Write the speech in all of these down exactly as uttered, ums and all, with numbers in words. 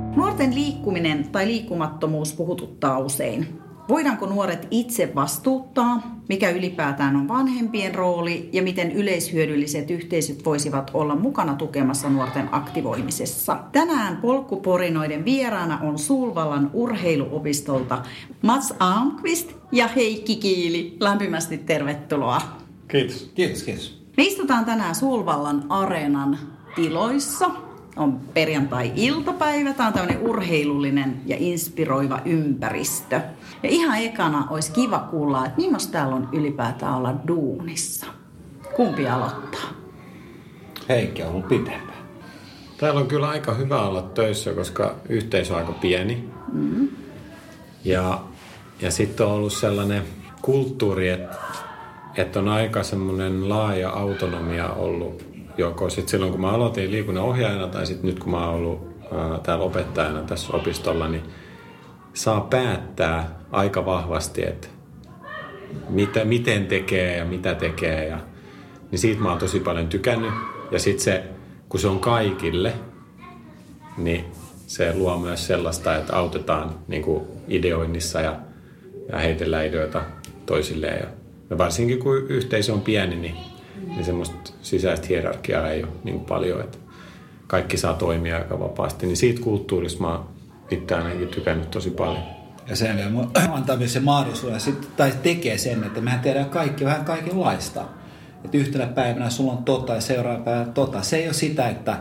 Nuorten liikkuminen tai liikkumattomuus puhututtaa usein. Voidaanko nuoret itse vastuuttaa, mikä ylipäätään on vanhempien rooli ja miten yleishyödylliset yhteisöt voisivat olla mukana tukemassa nuorten aktivoimisessa? Tänään polkkuporinoiden vieraana on Sulvallan urheiluopistolta Mats Almqvist ja Heikki Kiili. Lämpimästi tervetuloa. Kiitos. Kiitos, kiitos. Me istutaan tänään Sulvallan areenan tiloissa. On perjantai-iltapäivä. Tämä on tämmöinen urheilullinen ja inspiroiva ympäristö. Ja ihan ekana olisi kiva kuulla, että millaista täällä on ylipäätään olla duunissa. Kumpi aloittaa? Heikki on ollut pitempään. Täällä on kyllä aika hyvä olla töissä, koska yhteisö on aika pieni. Mm-hmm. Ja, ja sitten on ollut sellainen kulttuuri, että, että on aika semmoinen laaja autonomia ollut. Joko sitten silloin, kun mä aloitin liikunnan ohjaajana tai sitten nyt, kun mä oon ollut ää, täällä opettajana tässä opistolla, niin saa päättää aika vahvasti, että mitä, miten tekee ja mitä tekee. Ja, niin siitä mä oon tosi paljon tykännyt. Ja sitten se, kun se on kaikille, niin se luo myös sellaista, että autetaan niin kuin ideoinnissa ja, ja heitellään ideoita toisilleen. Ja, ja varsinkin, kun yhteisö on pieni, niin niin semmoista sisäistä hierarkiaa ei ole niin paljon, että kaikki saa toimia aika vapaasti. Niin siitä kulttuurista mä oon itse ainakin tykännyt tosi paljon. Ja sen vielä antaa myös se mahdollisuuden, tai tekee sen, että mehän tehdään kaikki vähän kaikenlaista. Että yhtenä päivänä sulla on tota ja seuraavana päivänä tota. Se ei ole sitä, että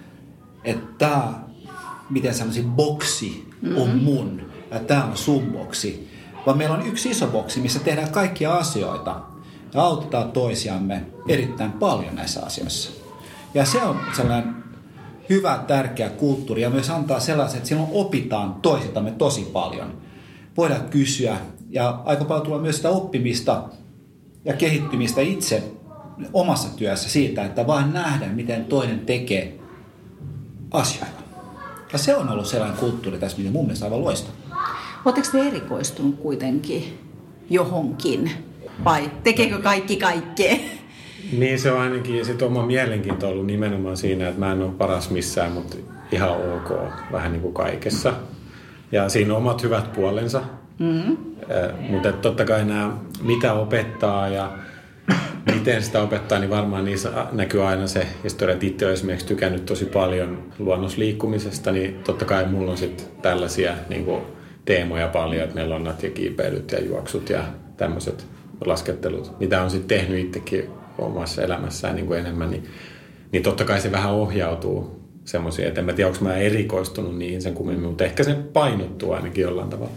että miten sanoisin, boksi on mun ja tää on sun boksi. Vaan meillä on yksi iso boksi, missä tehdään kaikkia asioita. Ja autetaan toisiamme erittäin paljon näissä asioissa. Ja se on sellainen hyvä, tärkeä kulttuuri ja myös antaa sellaisen, että silloin opitaan toisiltamme tosi paljon. Voidaan kysyä ja aika paljon tulee myös sitä oppimista ja kehittymistä itse omassa työssä siitä, että vain nähdään, miten toinen tekee asioita. Ja se on ollut sellainen kulttuuri tässä, mikä mun mielestä on aivan loistava. Oletteko te erikoistunut kuitenkin johonkin? Vai tekeekö kaikki kaikkea? Niin se on ainakin sit oma mielenkiinto ollut nimenomaan siinä, että mä en ole paras missään, mutta ihan ok, vähän niin kuin kaikessa. Ja siinä on omat hyvät puolensa. Mm-hmm. Mutta totta kai nämä, mitä opettaa ja miten sitä opettaa, niin varmaan niissä näkyy aina se historia, että itse olen esimerkiksi tykännyt tosi paljon luonnosliikkumisesta, niin totta kai mulla on sitten tällaisia niin kuin teemoja paljon, että meillä on nat ja kiipeilyt ja juoksut ja tämmöiset laskettelut, mitä on sitten tehnyt itsekin omassa elämässään niin kuin enemmän, niin, niin totta kai se vähän ohjautuu semmoisiin, että en mä tiedä, onko mä erikoistunut niihin sen kummemmin, mutta ehkä se painottuu ainakin jollain tavalla.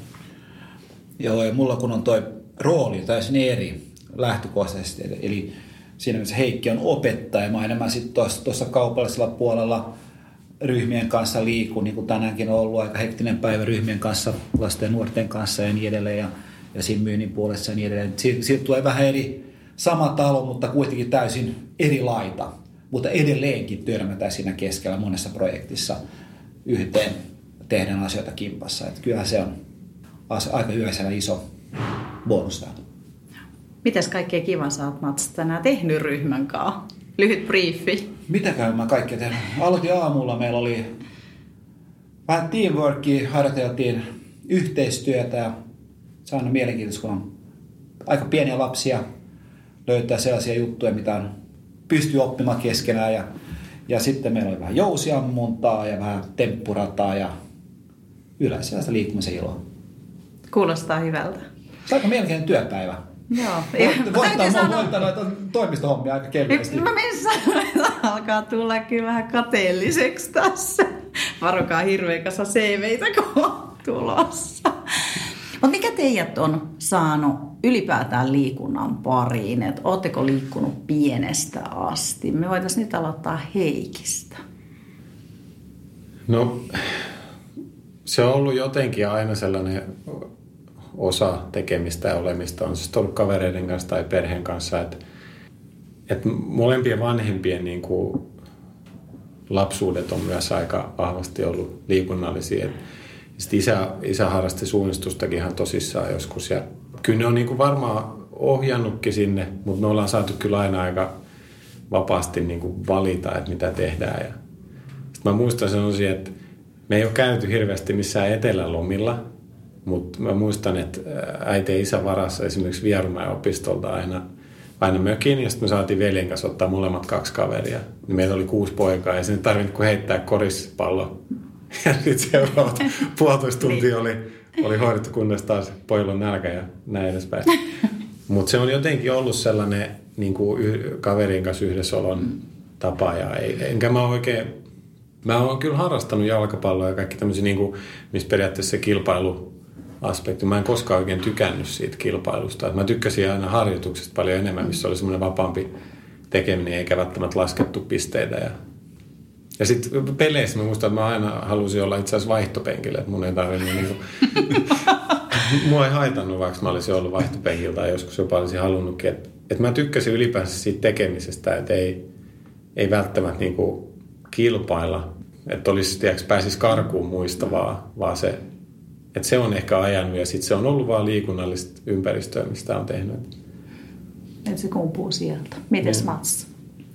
Joo, ja mulla kun on toi rooli täysin eri lähtökohtaisesti, eli siinä mielessä Heikki on opettaja, mä enemmän sitten tuossa kaupallisella puolella ryhmien kanssa liikun, niin kuin tänäänkin on ollut aika hektinen päivä ryhmien kanssa, lasten ja nuorten kanssa ja niin edelleen, ja ja siinä myynnin puolessa ja niin edelleen. Siitä tulee vähän eri, sama talo, mutta kuitenkin täysin eri laita. Mutta edelleenkin törmätään siinä keskellä monessa projektissa yhteen tehdään asioita kimpassa. Että kyllähän se on aika hyvä iso bonus täällä. Mitäs kaikkea kiva sä oot, Mats, tänään tehnyt ryhmän kanssa? Lyhyt briefi. Mitäkään mä kaikkea tehnyt? Aloitin aamulla, meillä oli vähän teamworkia, harjoiteltiin yhteistyötä ja se on aina mielenkiintoista, kun on aika pieniä lapsia, löytää sellaisia juttuja, mitä on, pystyy oppimaan keskenään. Ja, ja sitten meillä oli vähän jousiammuntaa ja vähän temppurataa ja yleensä sellaista liikkumisen iloa. Kuulostaa hyvältä. Se on aika mielenkiintoinen työpäivä. Joo. Voittaa sanoa noita toimistohommia aika kevyesti. Mä menen sanoa, että alkaa tulla kyllä vähän kateelliseksi tässä. Varokaa hirveä kasa C V:itä, kun on tulossa. Mutta mikä teidät on saanut ylipäätään liikunnan pariin? Et ootteko liikkunut pienestä asti? Me voitaisiin nyt aloittaa Heikistä. No, se on ollut jotenkin aina sellainen osa tekemistä ja olemista. On se ollut kavereiden kanssa tai perheen kanssa. Että et molempien vanhempien niin kuin, lapsuudet on myös aika vahvasti ollut liikunnallisia. Sitten isä, isä harrasti suunnistustakin ihan tosissaan joskus. Ja kyllä ne on niin kuin varmaan ohjannutkin sinne, mutta me ollaan saatu kyllä aina aika vapaasti niin kuin valita, että mitä tehdään. Ja sitten mä muistan sellaisia, että me ei ole käyty hirveästi missään etelälomilla, mutta mä muistan, että äiti ja isä varassa esimerkiksi Vierumäen opistolta aina, aina mökin, ja sitten me saatiin veljen kanssa ottaa molemmat kaksi kaveria. Niin meitä oli kuusi poikaa, ja sinne tarvinnut kuin heittää korispallo. Ja sitten seuraavat puolitoista tuntia oli, oli hoidettu, kunnes taas pojilla on nälkä ja näin edespäin. Mutta se on jotenkin ollut sellainen niin kuin kaverin kanssa yhdessäolon tapa, ja ei, enkä mä oikein... Mä oon kyllä harrastanut jalkapalloa ja kaikki tämmöisiä, niin kuin, missä periaatteessa se kilpailuaspekti. Mä en koskaan oikein tykännyt siitä kilpailusta. Mä tykkäsin aina harjoituksesta paljon enemmän, missä oli semmoinen vapaampi tekeminen, eikä välttämättä laskettu pisteitä. Ja, ja sitten peleissä mä muistan, että mä aina halusin olla itse asiassa vaihtopenkillä. Että mun ei tarvinnut niin kuin... Mua ei haitannut, vaikka mä olisin ollut vaihtopenkillä tai joskus jopa olisin halunnutkin. Että et mä tykkäsin ylipäänsä siitä tekemisestä, että ei, ei välttämättä niin kuin kilpailla, että olisi, tiedätkö, pääsisi karkuun muista, vaan, vaan se, että se on ehkä ajanut ja sitten se on ollut vaan liikunnallista ympäristöä, mistä on tehnyt. Että se kumpuu sieltä. Mites mm. Mats?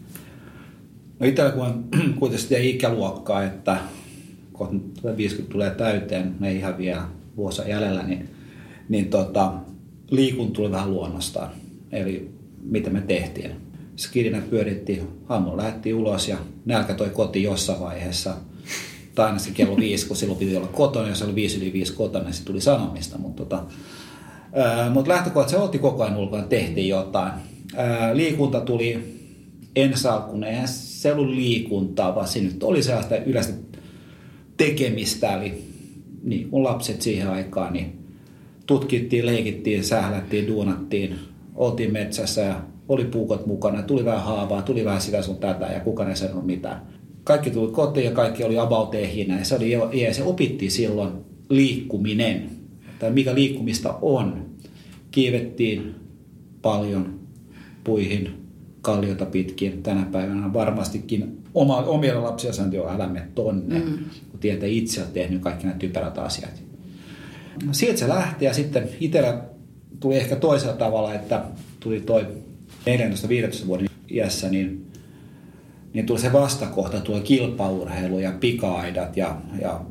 No itsellä kun on kuitenkin ikäluokkaa, että kun viisikymmentä tulee täyteen, me ei ihan vielä vuosia jäljellä, niin, niin tota, liikunta tuli vähän luonnostaan. Eli mitä me tehtiin. Skidinä pyörittiin, aamulla lähdettiin ulos ja nälkä toi kotiin jossain vaiheessa. Tai aina se kello viisi, kun silloin piti olla kotona, ja se oli viisi yli viisi kotona, niin se tuli sanomista. Mutta tota, mut lähtökohtaisesti se otti koko ajan ulkona, tehtiin jotain. Ää, liikunta tuli ensi alkuun, eihän se ollut liikuntaa, vaan se nyt oli sellaista yleistä tekemistä. Eli niin kun lapset siihen aikaan, niin tutkittiin, leikittiin, sählättiin, duunattiin, oltiin metsässä ja oli puukot mukana, tuli vähän haavaa, tuli vähän sitä sun tätä ja kukaan ei sanonut mitään. Kaikki tuli kotiin ja kaikki oli about ehjinä ja se oli ja se opittiin silloin liikkuminen, tai mikä liikkumista on. Kiivettiin paljon puihin, kalliota pitkin tänä päivänä varmastikin oma, omilla lapsia sanoi, että älä mene tonne, mm. kun tietää itse on tehnyt kaikki nämä typerät asiat. Sieltä se lähti ja sitten itsellä tuli ehkä toisella tavalla, että tuli toi neljätoista viisitoista vuoden iässä, niin, niin tuli se vastakohta, tuli kilpaurheilu ja pika-aidat ja, ja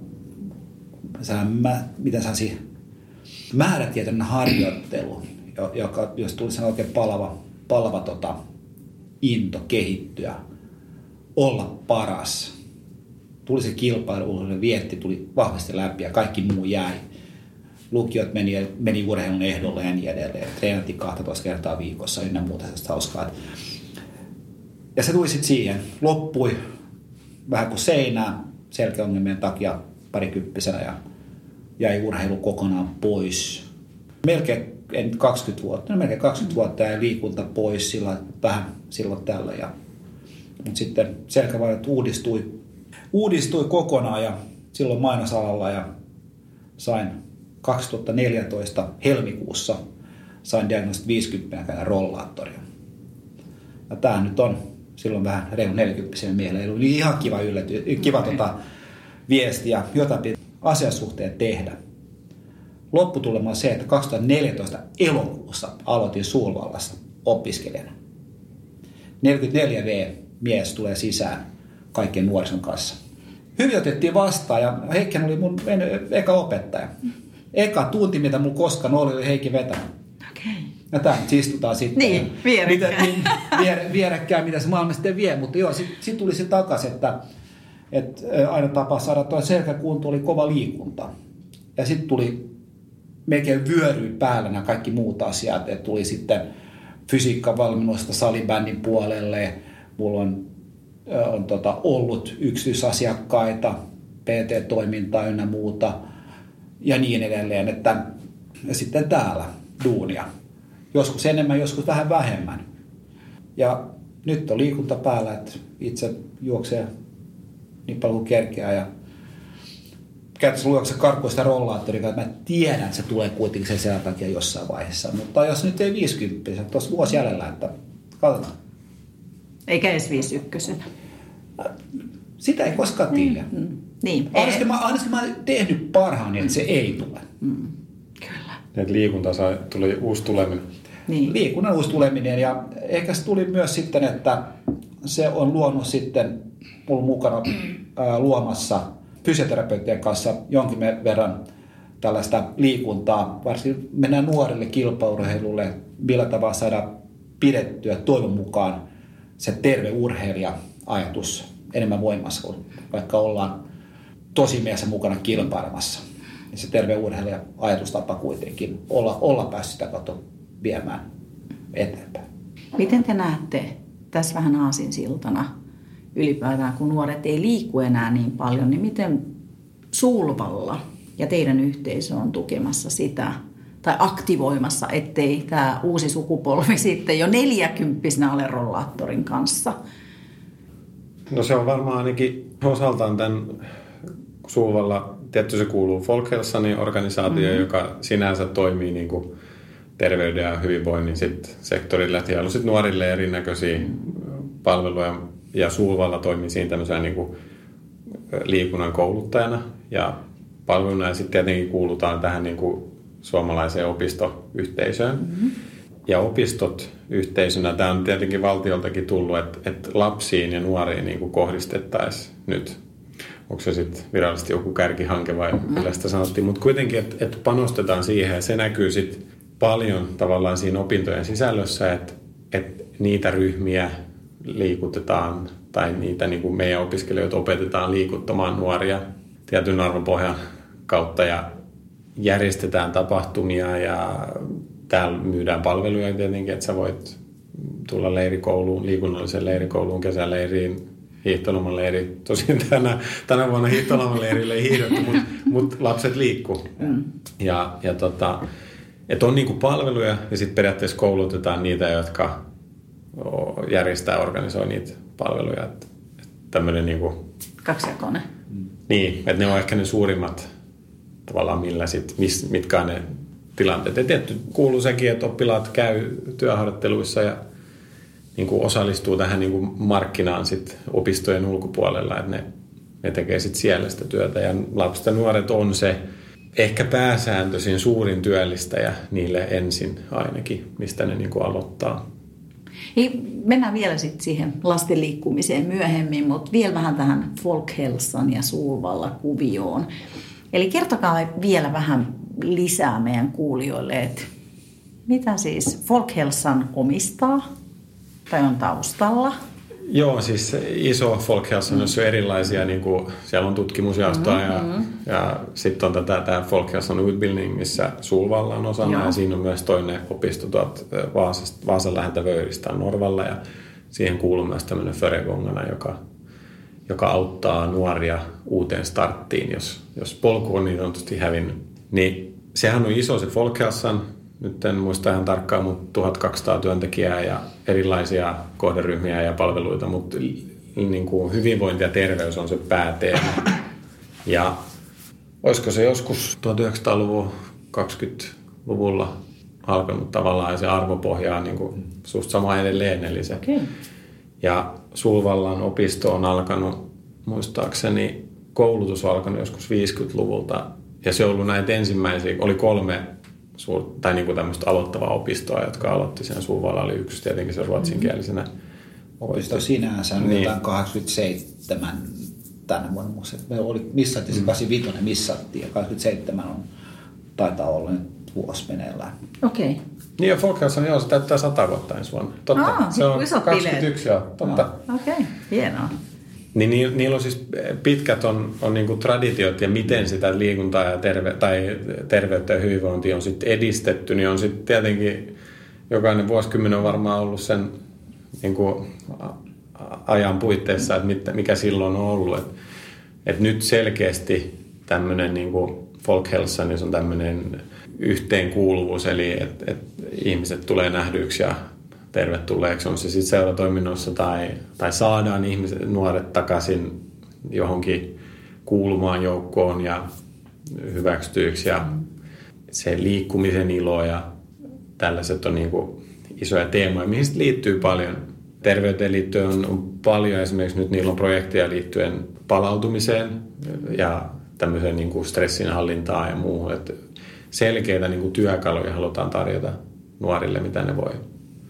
mä, miten sanoisin, määrätietoinen harjoittelu, joka, jos tuli sen oikein palava, palava tota, into kehittyä, olla paras. Tuli se kilpailu, vietti tuli vahvasti läpi ja kaikki muu jäi. Lukiot meni, meni urheilun ehdolle ja niin edelleen. Treenattiin kaksitoista kertaa viikossa ynnä muuta sellaista hauskaa. Ja se tuli sitten siihen. Loppui vähän kuin seinää selkäongelmien takia parikymppisenä ja jäi urheilu kokonaan pois. Melkein en kaksikymmentä vuotta, no melkein kaksikymmentä vuotta ja liikunta pois sillä, vähän silloin tällä. Ja, mutta sitten selkävaivat uudistui, uudistui kokonaan ja silloin mainosalalla ja sain kaksituhattaneljätoista helmikuussa sain diagnosit viisikymmentä rollaattoria. Ja tämä nyt on silloin vähän reilu neljäkymppisen mieleen. Oli ihan kiva, ylläty, kiva tota, viesti ja jotain pitää asian suhteen tehdä. Lopputulema on se, että kaksituhattaneljätoista elokuussa aloitin Suurvallassa opiskelijana. neljäkymmentäneljä vuotias mies tulee sisään kaikkien nuorison kanssa. Hyvin otettiin vastaan ja Heikki oli mun eka opettaja. Eka tunti, mitä mulla koskaan oli, oli Heikki vetänyt. Okei. Ja tää nyt istutaan sitten. Niin, vierekkäin. Niin, viere, vierekkäin, mitä se maailma sitten vie. Mutta joo, sitten sit tuli se takaisin, että, että aina tapa saada tuo selkäkunto oli kova liikunta. Ja sitten tuli melkein vyöryi päällä nämä kaikki muut asiat. Et tuli sitten fysiikkavalmennusta salibändin puolelle. Mulla on, on tota, ollut yksityisasiakkaita, P T-toimintaa ynnä muuta ja niin edelleen. Että, ja sitten täällä duunia. Joskus enemmän, joskus vähän vähemmän. Ja nyt on liikunta päällä, että itse juoksee niin paljon kuin kerkeää ja käytännössä luokse karkuun sitä rollaattoria, että mä tiedän, että se tulee kuitenkin sen selän takia jossain vaiheessa. Mutta jos nyt ei viisikymmentä, se on tuossa vuosi jäljellä, että katsotaan. Eikä edes viisikymmentä. Sitä ei koskaan tiedä. Mm, mm. Niin. Ainakin mä, ainakin mä oon tehnyt parhaani, että se ei tule. Mm. Kyllä. Että liikunta sai, tuli uusi tuleminen. Niin. Liikunnan uusi tuleminen ja ehkä se tuli myös sitten, että se on luonut sitten mulla mukana ää, luomassa fysioterapeuttien kanssa jonkin verran tällaista liikuntaa, varsinkin mennään nuorille kilpaurheilulle, millä tavalla saada pidettyä toivon mukaan se terve urheilija-ajatus enemmän voimassa, kun vaikka ollaan tosi mielessä mukana kilpailemassa. Ja se terve urheilija-ajatustapa kuitenkin olla, olla päässyt sitä kautta viemään eteenpäin. Miten te näette tässä vähän aasinsiltana ylipäätään, kun nuoret ei liiku enää niin paljon, niin miten Sulvalla ja teidän yhteisö on tukemassa sitä tai aktivoimassa, ettei tämä uusi sukupolvi sitten jo neljäkymppisenä ole rollaattorin kanssa? No se on varmaan ainakin osaltaan tämän Sulvalla, tietty se kuuluu Folkhälsanin organisaatioon, mm-hmm. joka sinänsä toimii niin kuin terveyden ja hyvinvoinnin sit sektorilla. Siellä on sit nuorille erinäköisiä palveluja ja Sulvalla toimii siinä tämmöisenä niin kuin liikunnan kouluttajana ja palveluna ja sitten tietenkin kuulutaan tähän niin kuin suomalaiseen opistoyhteisöön. Mm-hmm. Ja opistot yhteisönä, tämä on tietenkin valtioltakin tullut, että, että lapsiin ja nuoriin niin kuin kohdistettaisiin nyt. Onko se sitten virallisesti joku kärkihanke vai mm-hmm. millä sitä sanottiin, mutta kuitenkin, että, että panostetaan siihen ja se näkyy sitten paljon tavallaan siinä opintojen sisällössä, että, että niitä ryhmiä liikutetaan tai niitä niin kuin meidän opiskelijoita opetetaan liikuttamaan nuoria tietyn arvopohjan kautta ja järjestetään tapahtumia ja täällä myydään palveluja tietenkin, että sä voit tulla leirikouluun, liikunnalliseen leirikouluun, kesäleiriin, hiihtolomaleiri. Tosin tänä, tänä vuonna hiihtolomaleirille ei hiihdetty, mutta mut lapset liikkuu. Mm. Ja, ja tota, että on niinku palveluja ja sitten periaatteessa koulutetaan niitä, jotka järjestää ja organisoi niitä palveluja. Et, et tämmöinen niinku... Kaksijakoinen. Niin, että ne on ehkä ne suurimmat tavallaan millä sit, mis, mitkä on ne tilanteet. Ja tietty kuuluu sekin, että oppilaat käy työharjoitteluissa ja niin kuin osallistuu tähän niin kuin markkinaan sit opistojen ulkopuolella, että ne, ne tekee sit siellä sitä työtä. Ja lapset ja nuoret on se ehkä pääsääntöisin suurin työllistäjä niille ensin ainakin, mistä ne niin kuin aloittaa. Hei, mennään vielä sitten siihen lasten liikkumiseen myöhemmin, mutta vielä vähän tähän Folkhälsan ja Sulvalla kuvioon. Eli kertokaa vielä vähän lisää meidän kuulijoille, että mitä siis Folkhälsan omistaa tai on taustalla? Joo, siis iso Folkhälsan, jossa on erilaisia, niin kuin, siellä on tutkimusjaostoa mm-hmm. ja, ja sitten on tätä, tämä Folkhälsan Utbildning, missä Sulvalla on osana Joo. ja siinä on myös toinen opisto tuolta Vaasasta, Vaasan läheltä Vöyristä Norvalla ja siihen kuuluu myös tämmöinen Föregångarna, joka, joka auttaa nuoria uuteen starttiin, jos, jos polku on niin sanotusti hävinnyt. Niin sehän on iso se Folkhälsan. Nyt en muista ihan tarkkaan, mutta tuhatkaksisataa työntekijää ja erilaisia kohderyhmiä ja palveluita, mutta niin kuin hyvinvointi ja terveys on se pääteema. Ja olisiko se joskus tuhatyhdeksänsataaluvun kaksikymmentäluvulla alkanut tavallaan ja se arvopohja on niin kuin suht sama edelleen. Eli se. Okay. Ja Sulvallan opisto on alkanut, muistaakseni koulutus on alkanut joskus viisikymmentäluvulta ja se on ollut näitä ensimmäisiä, oli kolme Suur, tai niin kuin tämmöistä aloittavaa opistoa, jotka aloitti sen Sulvalla, oli yksi tietenkin se ruotsinkielisenä opisto. Sinänsä on niin. Jotain kahdeksankymmentäseitsemän tänä vuonna. Me oli, missattiin se mm. kahdeksankymmentäviisi missattiin ja kahdeksankymmentäseitsemän on, taitaa olla nyt vuosi meneillään. Okei. Okay. Niin ja Folkhälsan, joo, se täyttää sata vuotta ensi vuonna. Totta. Aa, se on kaksikymmentäyksi, joo, totta. Okei, okay. Hienoa. Niin ni, niillä on siis pitkät on, on niinku traditiot ja miten sitä liikuntaa ja terve, tai terveyttä ja hyvinvointia on sitten edistetty, niin on sitten tietenkin jokainen vuosikymmen on varmaan ollut sen niinku ajan puitteissa, että mikä silloin on ollut. Et, et nyt selkeästi tämmöinen niinku Folkhälsan, niin se on tämmöinen yhteenkuuluvuus, eli että et ihmiset tulee nähdyiksi ja tervetulleeksi, on se sitten seuratoiminnossa tai, tai saadaan ihmiset, nuoret takaisin johonkin kuulumaan joukkoon ja hyväksytyiksi ja se liikkumisen ilo ja tällaiset on niin kuin isoja teemoja, mihin liittyy paljon. Terveyteen liittyen on, on paljon, esimerkiksi nyt niillä on projekteja liittyen palautumiseen ja tämmöiseen niin kuin stressinhallintaan ja muuhun. Että selkeitä niin kuin työkaluja halutaan tarjota nuorille, mitä ne voi.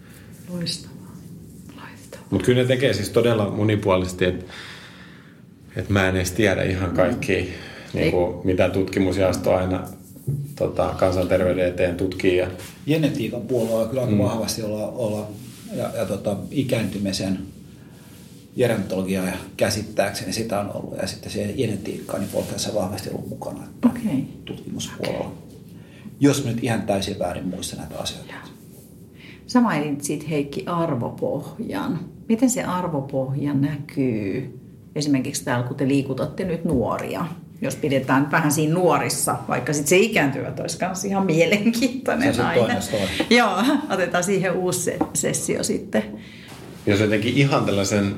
Loistavaa. Loistavaa. Mutta kyllä ne tekee siis todella monipuolisesti, että että mä en edes tiedä ihan kaikkia, mm. niin kuin, mitä tutkimusjaasto aina tota, kansanterveyden eteen tutkii. Ja... Genetiikan puolella kyllä aika mm. vahvasti olla, olla ja, ja tota, ikääntymisen gerontologiaa ja käsittääkseni sitä on ollut. Ja sitten se genetiikka niin polkeassa vahvasti ollut mukana okay. tutkimuspuolella. Okay. Jos mä nyt ihan täysin väärin muista näitä asioita. Sä mainitsit, Heikki, arvopohjan. Miten se arvopohja näkyy esimerkiksi täällä, kun te liikutatte nyt nuoria? Jos pidetään vähän siinä nuorissa, vaikka sitten se ikääntyvät olisi myös ihan mielenkiintoinen se aina. Joo, otetaan siihen uusi sessio sitten. Jos jotenkin ihan tällaisen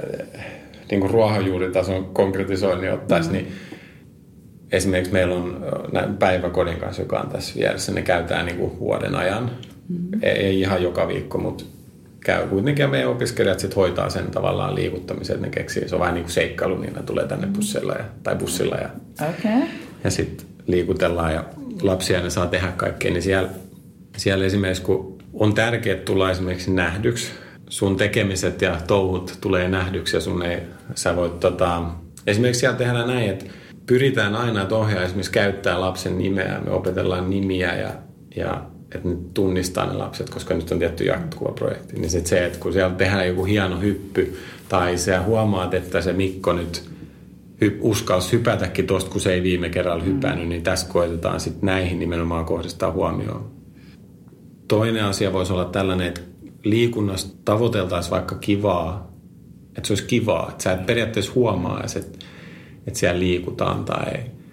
niin kuin ruohonjuuritason konkretisoinnin ottaisi, mm. niin esimerkiksi meillä on päiväkodin kanssa, joka on tässä vieressä, ne käytetään niin kuin vuoden ajan. Mm. Ei ihan joka viikko, mutta käy kuitenkin ja meidän opiskelijat sit hoitaa sen tavallaan liikuttamisen, että ne keksii. Se on vähän niin kuin seikkailu, niin ne tulee tänne bussilla ja, tai bussilla ja, okay. ja sitten liikutellaan ja lapsia ne saa tehdä kaikkea. Niin siellä, siellä esimerkiksi, kun on tärkeää tulla esimerkiksi nähdyksi, sun tekemiset ja touhut tulee nähdyksi ja sun ei, sä voit tota, esimerkiksi siellä tehdään näin, että pyritään aina, että ohjaa esimerkiksi käyttää lapsen nimeä, me opetellaan nimiä ja, ja että ne tunnistaa ne lapset, koska nyt on tietty jatkuva-projekti. Niin sit se, että kun siellä tehdään joku hieno hyppy, tai sä huomaat, että se Mikko nyt hy- uskalsi hypätäkin tuosta, kun se ei viime kerralla hypännyt, niin tässä koetetaan sitten näihin nimenomaan kohdistaa huomioon. Toinen asia voisi olla tällainen, että liikunnasta tavoiteltaisiin vaikka kivaa, että se olisi kivaa, että sä et periaatteessa huomaa, että, että siellä liikutaan tai,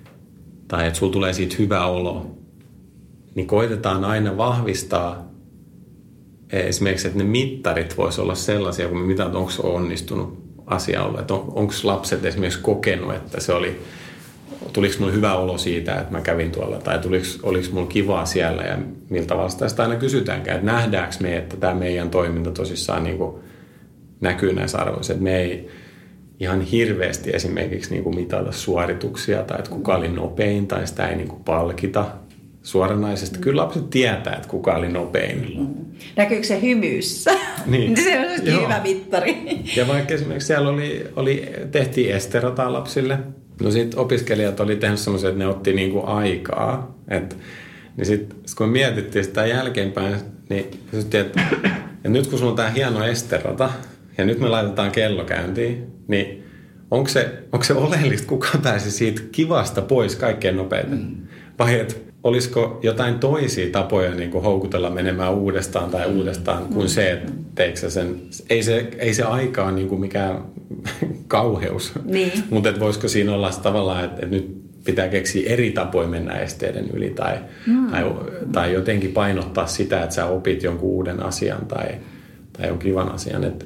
tai että sulla tulee siitä hyvä olo. Niin koitetaan aina vahvistaa esimerkiksi, että ne mittarit voisi olla sellaisia, kun me mitataan, onko se onnistunut asia ollut. Että on, onko lapset esimerkiksi kokenut, että se oli, tuliko mulle hyvä olo siitä, että mä kävin tuolla, tai tuliko, oliko mulla kivaa siellä, ja miltä tavalla sitä aina kysytäänkään, että nähdäänkö me, että tämä meidän toiminta tosissaan niin kuin näkyy näissä arvoissa, että me ei ihan hirveästi esimerkiksi niin kuin mitata suorituksia, tai että kuka oli nopein, tai sitä ei niin kuin palkita suoranaisesti. Kyllä lapset tietää, että kuka oli nopein. Mm. Näkyykö se hymyssä? Niin. Se on hyvä mittari. Ja vaikka esimerkiksi siellä oli, oli, tehtiin esterataa lapsille. No sitten opiskelijat oli tehnyt semmoisen, että ne otti niinku aikaa. Et, niin sitten sit kun mietittiin sitä jälkeenpäin, niin kysyttiin, että, että nyt kun sulla on tää hieno esterata, ja nyt me laitetaan kello käyntiin, niin onko se, onko se oleellista, kuka pääsi siitä kivasta pois kaikkein nopeiten? Mm. Vai että olisiko jotain toisia tapoja niin kuin houkutella menemään uudestaan tai uudestaan kuin se, että teikö sen, ei se, ei se aika ole niin kuin mikään kauheus, niin. Mutta voisiko siinä olla tavallaan, että, että nyt pitää keksiä eri tapoja mennä esteiden yli tai, mm. tai, tai jotenkin painottaa sitä, että sä opit jonkun uuden asian tai, tai jonkun kivan asian. Että,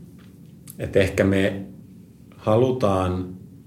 että ehkä me halutaan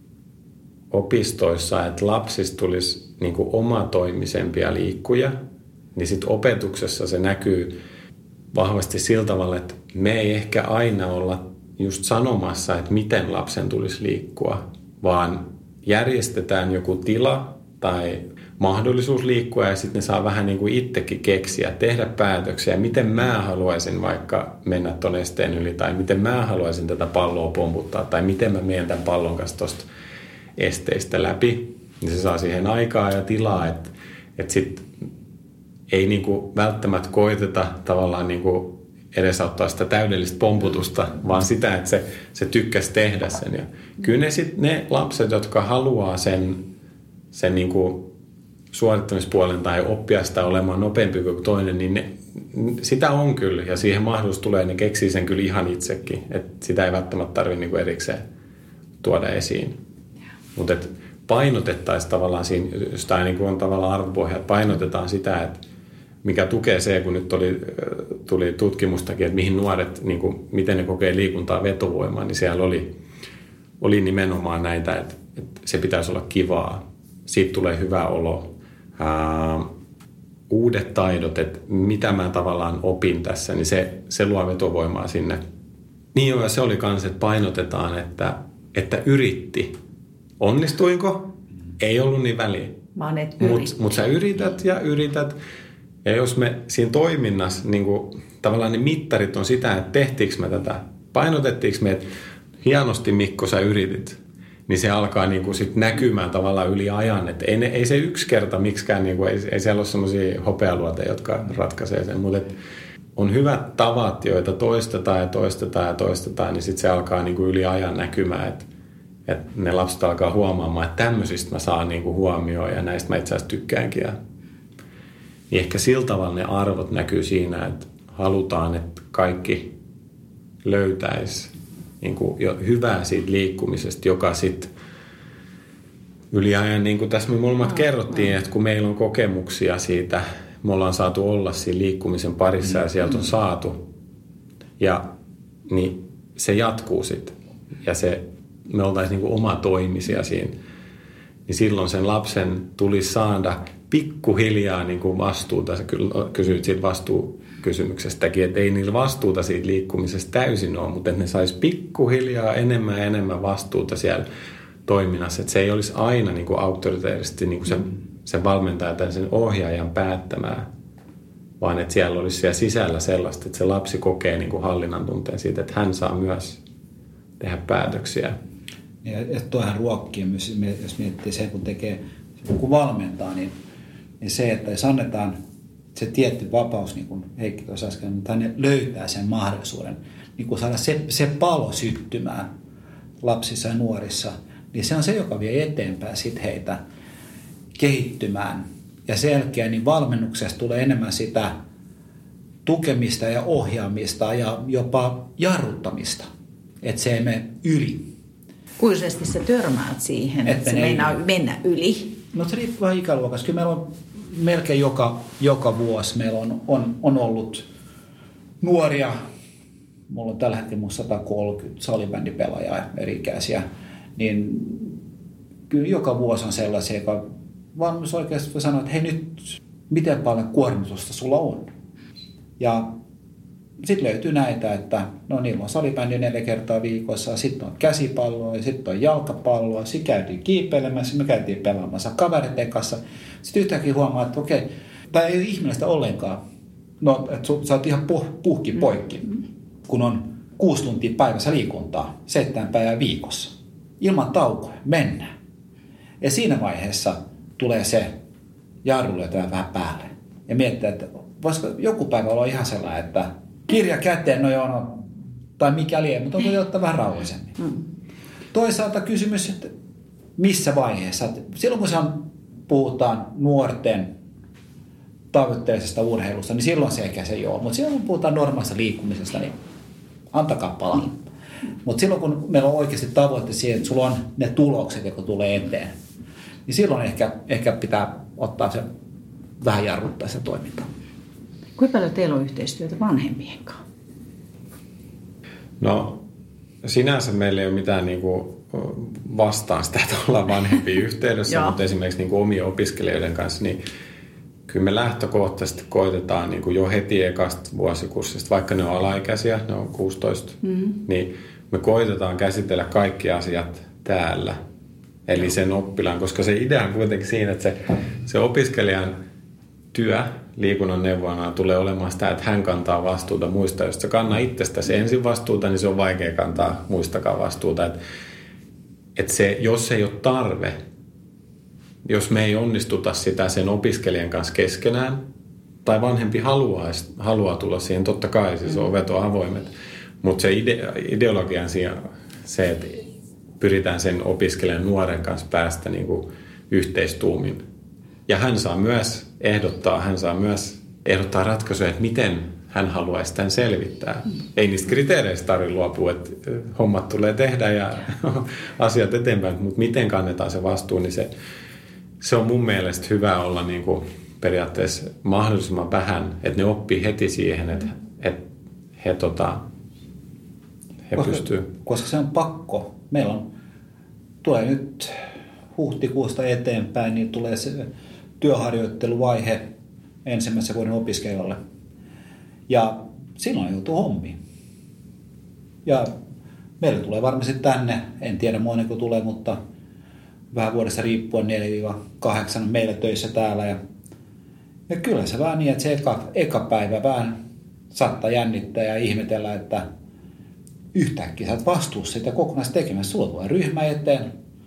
opistoissa, että lapsista tulisi niin kuin omatoimisempia liikkuja, niin sitten opetuksessa se näkyy vahvasti sillä tavalla, että me ei ehkä aina olla just sanomassa, että miten lapsen tulisi liikkua, vaan järjestetään joku tila tai mahdollisuus liikkua ja sitten ne saa vähän niin kuin itsekin keksiä, tehdä päätöksiä, miten mä haluaisin vaikka mennä ton esteen yli tai miten mä haluaisin tätä palloa pomputtaa tai miten mä menen tämän pallon kanssa tosta esteistä läpi, niin se saa siihen aikaa ja tilaa, että, että sitten ei niinku välttämättä koiteta tavallaan niinku edesauttaa sitä täydellistä pomputusta, vaan sitä, että se, se tykkäsi tehdä sen. Ja kyllä ne, sit, ne lapset, jotka haluaa sen, sen niinku suorittamispuolen tai oppia sitä olemaan nopeampi kuin toinen, niin ne, sitä on kyllä ja siihen mahdollisuus tulee, ne keksii sen kyllä ihan itsekin. Et sitä ei välttämättä tarvitse niinku erikseen tuoda esiin. Mutta painotettaisiin tavallaan siinä, jos tämä niin on tavallaan arvopohja, että painotetaan sitä, että mikä tukee se, kun nyt oli, tuli tutkimustakin, että mihin nuoret, niin kuin, miten ne kokee liikuntaa vetovoimaa, niin siellä oli, oli nimenomaan näitä, että, että se pitäisi olla kivaa, siitä tulee hyvä olo, ää, uudet taidot, että mitä mä tavallaan opin tässä, niin se, se luo vetovoimaa sinne. Niin joo, ja se oli kans, että painotetaan, että, että yritti. Onnistuinko? Ei ollut niin väliä. Mutta mut sä yrität ja yrität. Ja jos me siinä toiminnassa, niin kuin, tavallaan ne mittarit on sitä, että tehtiinkö me tätä, painotettiinko me, että hienosti Mikko sä yritit, niin se alkaa niin kuin sit näkymään tavallaan yli ajan. Että ei, ei se yksi kerta miksikään, niin kuin, ei, ei siellä ole semmoisia hopealuoteja, jotka ratkaisee sen, mutta on hyvät tavat, joita toistetaan ja toistetaan ja toistetaan, niin sitten se alkaa niin kuin yli ajan näkymään, että, että ne lapset alkaa huomaamaan, että tämmöisistä mä saan niin kuin huomioon ja näistä mä itse asiassa tykkäänkin. Ja, niin ehkä sillä tavalla ne arvot näkyy siinä, että halutaan, että kaikki löytäisi niin kuin jo hyvää siitä liikkumisesta, joka sitten yli ajan, niin kuin tässä me molemmat kerrottiin, että kun meillä on kokemuksia siitä, me ollaan saatu olla siinä liikkumisen parissa ja sieltä on saatu, ja niin se jatkuu sitten, ja se, me oltaisiin niin kuin omatoimisia siinä, niin silloin sen lapsen tulisi saada pikkuhiljaa niin kuin vastuuta, sä kysyit siitä vastuukysymyksestäkin, että ei niillä vastuuta siitä liikkumisesta täysin ole, mutta että ne sais pikkuhiljaa enemmän ja enemmän vastuuta siellä toiminnassa, että se ei olisi aina niin kuin auktoriteerisesti niin kuin sen, sen valmentajan tai sen ohjaajan päättämään, vaan että siellä olisi siellä sisällä sellaista, että se lapsi kokee niin kuin hallinnan tunteen siitä, että hän saa myös tehdä päätöksiä. Ja tuohan ruokkii myös, jos miettii se, kun tekee, kun valmentaa, niin, niin se, että jos annetaan se tietty vapaus, niin kuin Heikki tuossa äsken, mutta hän löytää sen mahdollisuuden, niin kun saada se, se palo syttymään lapsissa ja nuorissa, niin se on se, joka vie eteenpäin sit heitä kehittymään. Ja sen jälkeen niin valmennuksesta tulee enemmän sitä tukemista ja ohjaamista ja jopa jarruttamista, että se ei mene yli. Kuisesti sä törmäät siihen, että, että se meinaa mennä yli? No se riippuu vähän ikäluokasta. Kyllä meillä on melkein joka, joka vuosi meillä on, on, on ollut nuoria. Mulla on tällä hetkellä mun sata kolmekymmentä salibändipelaajaa eri-ikäisiä. Niin kyllä joka vuosi on sellaisia, joka valmennus oikeasti voi sanoa, että hei nyt, miten paljon kuormitusta sulla on. Ja sitten löytyy näitä, että no niillä on salibändi neljä kertaa viikossa, sitten on käsipalloa ja sitten on jalkapalloa, sitten käytiin kiipeilemässä, me käytiin pelaamassa kavereiden kanssa. Sitten yhtäkkiä huomaa, että okei, tämä ei ole ihmeellistä ollenkaan. No, että sä oot ihan puh- puhki poikki, kun on kuusi tuntia päivässä liikuntaa, seitsemän päivää viikossa. Ilman taukoja, mennään. Ja siinä vaiheessa tulee se jarru löytää vähän päälle. Ja miettii, että voisiko joku päivä olla ihan sellainen, että kirja käteen, no joo, no, tai mikäli ei, mutta on voi ottaa vähän rauhallisemmin. Mm. Toisaalta kysymys, että missä vaiheessa? Silloin kun puhutaan nuorten tavoitteellisesta urheilusta, niin silloin se ehkä se ei ole. Mutta silloin kun puhutaan normaalista liikkumisesta, niin antakaa palaa. Mm. Mutta silloin kun meillä on oikeasti tavoite siihen, että sulla on ne tulokset, jotka tulee eteen, niin silloin ehkä, ehkä pitää ottaa se vähän jarruttaa se toiminta. Kuinka paljon teillä on yhteistyötä vanhempien kanssa? No sinänsä meillä ei ole mitään niinku vastaan sitä, että ollaan vanhempia yhteydessä, mutta esimerkiksi niinku omien opiskelijoiden kanssa, niin kyllä me lähtökohtaisesti koitetaan niinku jo heti ekasta vuosikurssista, vaikka ne on alaikäisiä, ne on kuusitoista, mm-hmm. niin me koitetaan käsitellä kaikki asiat täällä. Eli sen oppilaan, koska se idea on kuitenkin siinä, että se, se opiskelijan työ liikunnan neuvojana tulee olemaan sitä, että hän kantaa vastuuta muista. Jos sä kanna itsestäsi ensin vastuuta, niin se on vaikea kantaa muistakaan vastuuta. Että et se, jos ei ole tarve, jos me ei onnistuta sitä sen opiskelijan kanssa keskenään, tai vanhempi haluaa, haluaa tulla siihen, totta kai siis ovet on avoimet, mutta se ide, ideologian siinä se, että pyritään sen opiskelijan nuoren kanssa päästä niin kuin yhteistuumin. Ja hän saa myös ehdottaa, hän saa myös ehdottaa ratkaisuja, että miten hän haluaisi tämän selvittää. Mm. Ei niistä kriteereistä tarvitse luopua, että hommat tulee tehdä ja asiat eteenpäin, mutta miten kannetaan se vastuu, niin se, se on mun mielestä hyvä olla niin kuin periaatteessa mahdollisimman vähän, että ne oppii heti siihen, että, että he, tota, he koska, pystyy. Koska se on pakko. Meillä on, tulee nyt huhtikuusta eteenpäin, niin tulee se työharjoitteluvaihe ensimmäisen vuoden opiskelijalle. Ja silloin joutuu hommiin. Ja meillä tulee varmasti tänne, en tiedä monenko tulee, mutta vähän vuodessa riippuen neljä kahdeksan meillä töissä täällä. Ja, ja kyllä se vähän niin, että se eka, eka päivä vähän saattaa jännittää ja ihmetellä, että yhtäkkiä sä oot vastuussa siitä kokonaisesta tekemässä. Sulla tulee ryhmä eteen,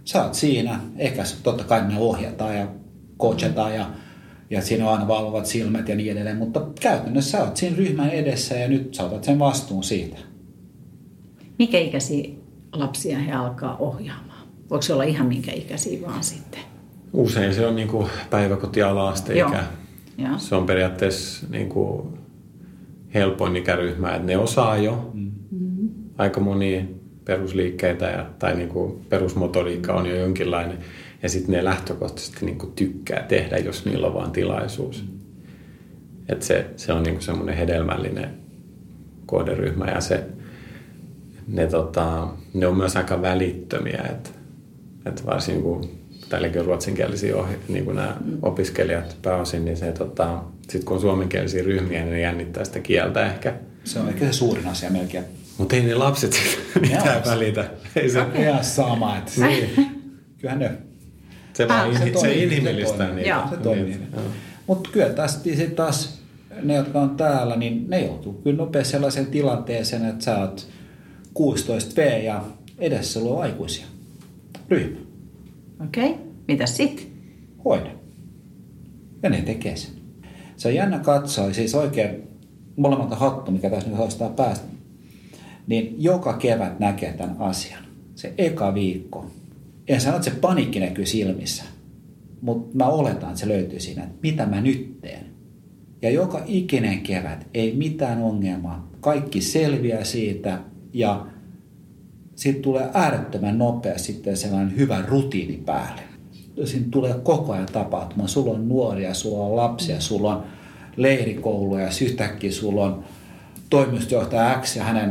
Sä oot siinä, ehkä totta kai me ohjataan ja coachataan ja, ja siinä on aina valvovat silmät ja niin edelleen, mutta käytännössä sä oot siinä ryhmän edessä ja nyt sä otat sen vastuun siitä. Mikä ikäisiä lapsia he alkaa ohjaamaan? Voiko se olla ihan minkä ikäisiä vaan sitten? Usein se on niin kuin päiväkoti- ja ala-asteikä. Joo. Se on periaatteessa niin kuin helpoin ikäryhmä, että ne osaa jo mm-hmm. aika monia perusliikkeitä ja, tai niin kuin perusmotoriikka on jo jonkinlainen. Ja sitten ne lähtökohtaisesti niin kuin tykkää tehdä, jos niillä on vaan tilaisuus. Mm-hmm. Että se, se on niin kuin semmoinen hedelmällinen kohderyhmä ja se, ne, tota, ne on myös aika välittömiä. Että, että varsin kun täälläkin on ruotsinkielisiä ohje, niin kuin nämä opiskelijat pääosin, niin se, tota, sitten kun on suomenkielisiä ryhmiä, niin ne jännittää sitä kieltä ehkä. Se on ehkä se suurin asia melkein. Mutta ei ne lapset mitään välitä. Ei se okay. Ihan sama. Että niin. Kyllähän ne... Se, vaan ah, in, se, se inhimillistää niitä. Joo, se toimii. Mutta kyllä taas, taas ne, jotka on täällä, niin ne joutuu kyllä nopeasti sellaiseen tilanteeseen, että sä oot kuusitoista vuotias ja edessä sulla on aikuisia. Ryhmä. Okei. Okay. Mitäs sitten? Hoida. Ja ne tekee sen. Se on jännä katsoa, siis oikein molemmalta hattu, mikä tässä nyt haastaa päästä, niin joka kevät näkee tämän asian. Se eka viikko. En sano, että se paniikki näkyy silmissä, mutta mä oletan, että se löytyy siinä, että mitä mä nyt teen. Ja joka ikinen kevät, ei mitään ongelmaa. Kaikki selviää siitä ja sitten tulee äärettömän nopea sitten sellainen hyvä rutiini päälle. Siinä tulee koko ajan tapahtuma. Sulla on nuoria, sulla on lapsia, sulla on leirikouluja ja yhtäkkiä sulla on toimistojohtaja X ja hänen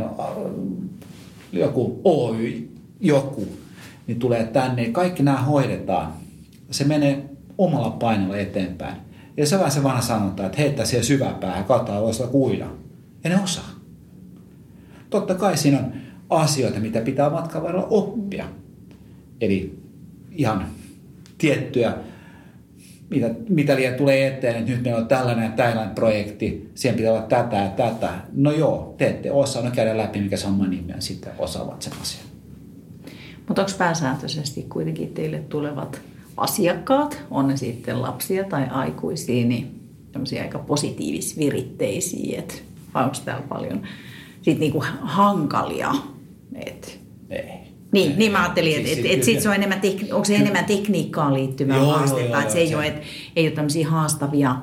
joku Oy, joku, niin tulee tänne. Kaikki nämä hoidetaan. Se menee omalla painolla eteenpäin. Ja se on vähän se vanha sanonta, että heittää siellä syväpäähän, katsotaan, osaa uida. Ja ne osaa. Totta kai siinä on asioita, mitä pitää matkan varrella oppia. Eli ihan tiettyjä, mitä, mitä liian tulee eteen, että nyt meillä on tällainen ja tällainen projekti, siihen pitää olla tätä ja tätä. No joo, te ette osaa, no käydään läpi, mikä se on nimi, ja sitten osaavat sen asian. Mutta onko pääsääntöisesti kuitenkin teille tulevat asiakkaat, on ne sitten lapsia tai aikuisia, niin tämmöisiä aika positiivisviritteisiä, että vai onko täällä paljon sitten niinku hankalia? Et, ei. Niin, niin mä ajattelin, että siis, et, et sit se on enemmän, tekni- onko se kyllä enemmän tekniikkaan liittyvää haastetta, että se ei, ole, et, ei ole tämmöisiä haastavia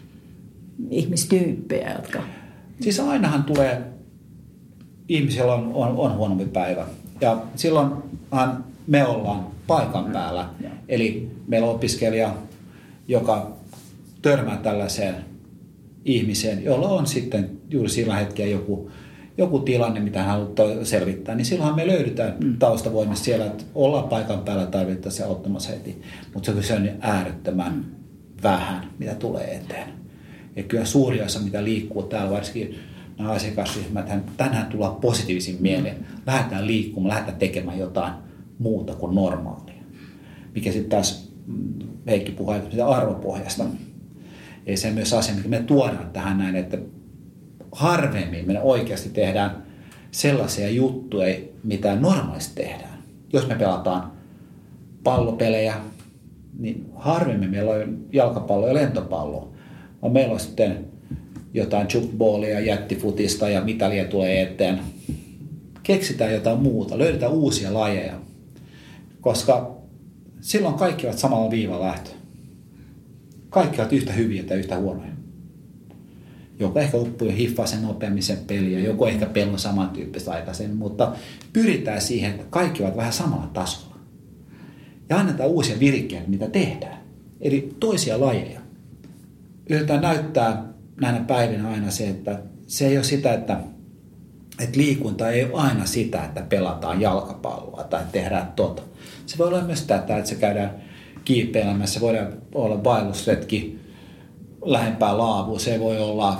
ihmistyyppejä, jotka... Siis ainahan tulee, ihmisillä on, on, on huonompi päivä ja silloinhan me ollaan paikan päällä. Mm. Eli meillä on opiskelija, joka törmää tällaiseen ihmiseen, jolla on sitten juuri sillä hetkellä joku, joku tilanne, mitä hän haluaa selvittää, niin silloinhan me löydetään mm. taustavoimista siellä, että ollaan paikan päällä tarvittaessa auttamassa heti. Mutta se on äärettömän mm. vähän, mitä tulee eteen. Ja kyllä suuri osa, mitä liikkuu täällä, varsinkin nämä asiakasryhmät, tänään tullaan positiivisin mieleen. Lähdetään liikkumaan, lähdetään tekemään jotain muuta kuin normaalia. Mikä sitten taas Heikki puhuu arvopohjasta. Ja se on myös asia, mikä me tuodaan tähän näin, että harvemmin me oikeasti tehdään sellaisia juttuja, mitä normaalisti tehdään. Jos me pelataan pallopelejä, niin harvemmin meillä on jalkapallo ja lentopallo. Vaan meillä on sitten jotain jukballia, jättifutista ja mitalia tulee eteen. Keksitään jotain muuta, löydetään uusia lajeja. Koska silloin kaikki ovat samalla viivalla lähtö. Kaikki ovat yhtä hyviä tai yhtä huonoja. Joku ehkä oppuu ja hiffaa sen nopeammin sen peliä, joku ehkä pelaa samantyyppistä aikaisemmin, mutta pyritään siihen, että kaikki ovat vähän samalla tasolla. Ja annetaan uusia virikkeitä, mitä tehdään. Eli toisia lajeja. Yritetään näyttää näinä päivinä aina se, että se ei ole sitä, että, että liikunta ei ole aina sitä, että pelataan jalkapalloa tai tehdään tota. Se voi olla myös tätä, että se käydään kiipeilemässä, voidaan olla vaellusretki lähempää laavua, se voi olla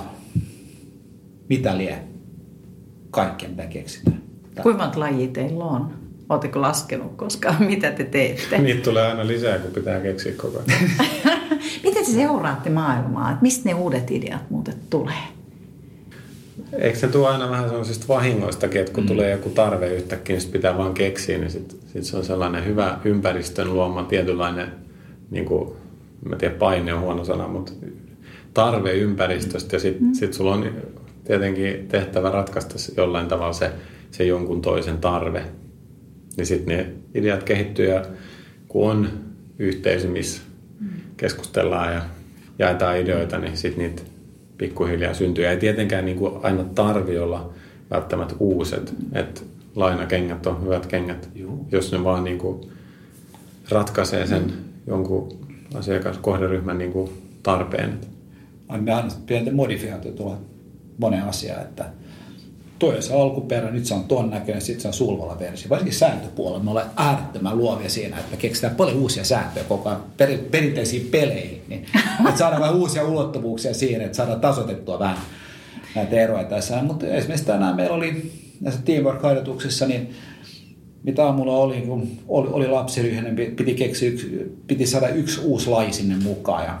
mitä lie kaikkea, mitä keksitään. Kuinka monta lajia teillä on? Oletteko laskenut koskaan? Mitä te teette? Niitä tulee aina lisää, kun pitää keksiä koko ajan. Miten te seuraatte maailmaa? Mistä ne uudet ideat muuten tulee? Eikö se tule aina vähän sellaisista vahingoistakin, että kun mm. tulee joku tarve yhtäkkiä, niin sitten pitää vaan keksiä, niin sitten sit se on sellainen hyvä ympäristön luoma tietynlainen, niin kuin, mä tiedän, paine on huono sana, mutta tarve ympäristöstä ja sitten mm. sit sulla on tietenkin tehtävä ratkaista jollain tavalla se, se jonkun toisen tarve. Niin sitten ne ideat kehittyy ja kun on yhteisö, missä mm. keskustellaan ja jaetaan ideoita, niin sitten niitä pikkuhiljaa syntyy. Ja ei tietenkään niin kuin aina tarvitse olla välttämättä uuset, että lainakengät on hyvät kengät, Juu. jos ne vaan niin kuin ratkaisee sen mm. jonkun asiakaskohderyhmän niin kuin tarpeen. Me aina pientä modifikaatiota tuolla moneen asiaan, että tuo on se alkuperä, nyt se on ton näköinen, sitten se on sulvalla versio. Varsinkin sääntöpuolella me ollaan äärettömän luovia siinä, että keksitään paljon uusia sääntöjä koko ajan per, perinteisiin peleihin. Niin, että saadaan vähän uusia ulottuvuuksia siihen, että saadaan tasoitettua vähän näitä eroja tässä. Mutta esimerkiksi tänään meillä oli näissä teamwork-harjoituksissa, niin mitä aamulla oli, kun oli, oli lapsiryhmä, niin piti, keksiä yksi, piti saada yksi uusi laji sinne mukaan. Ja,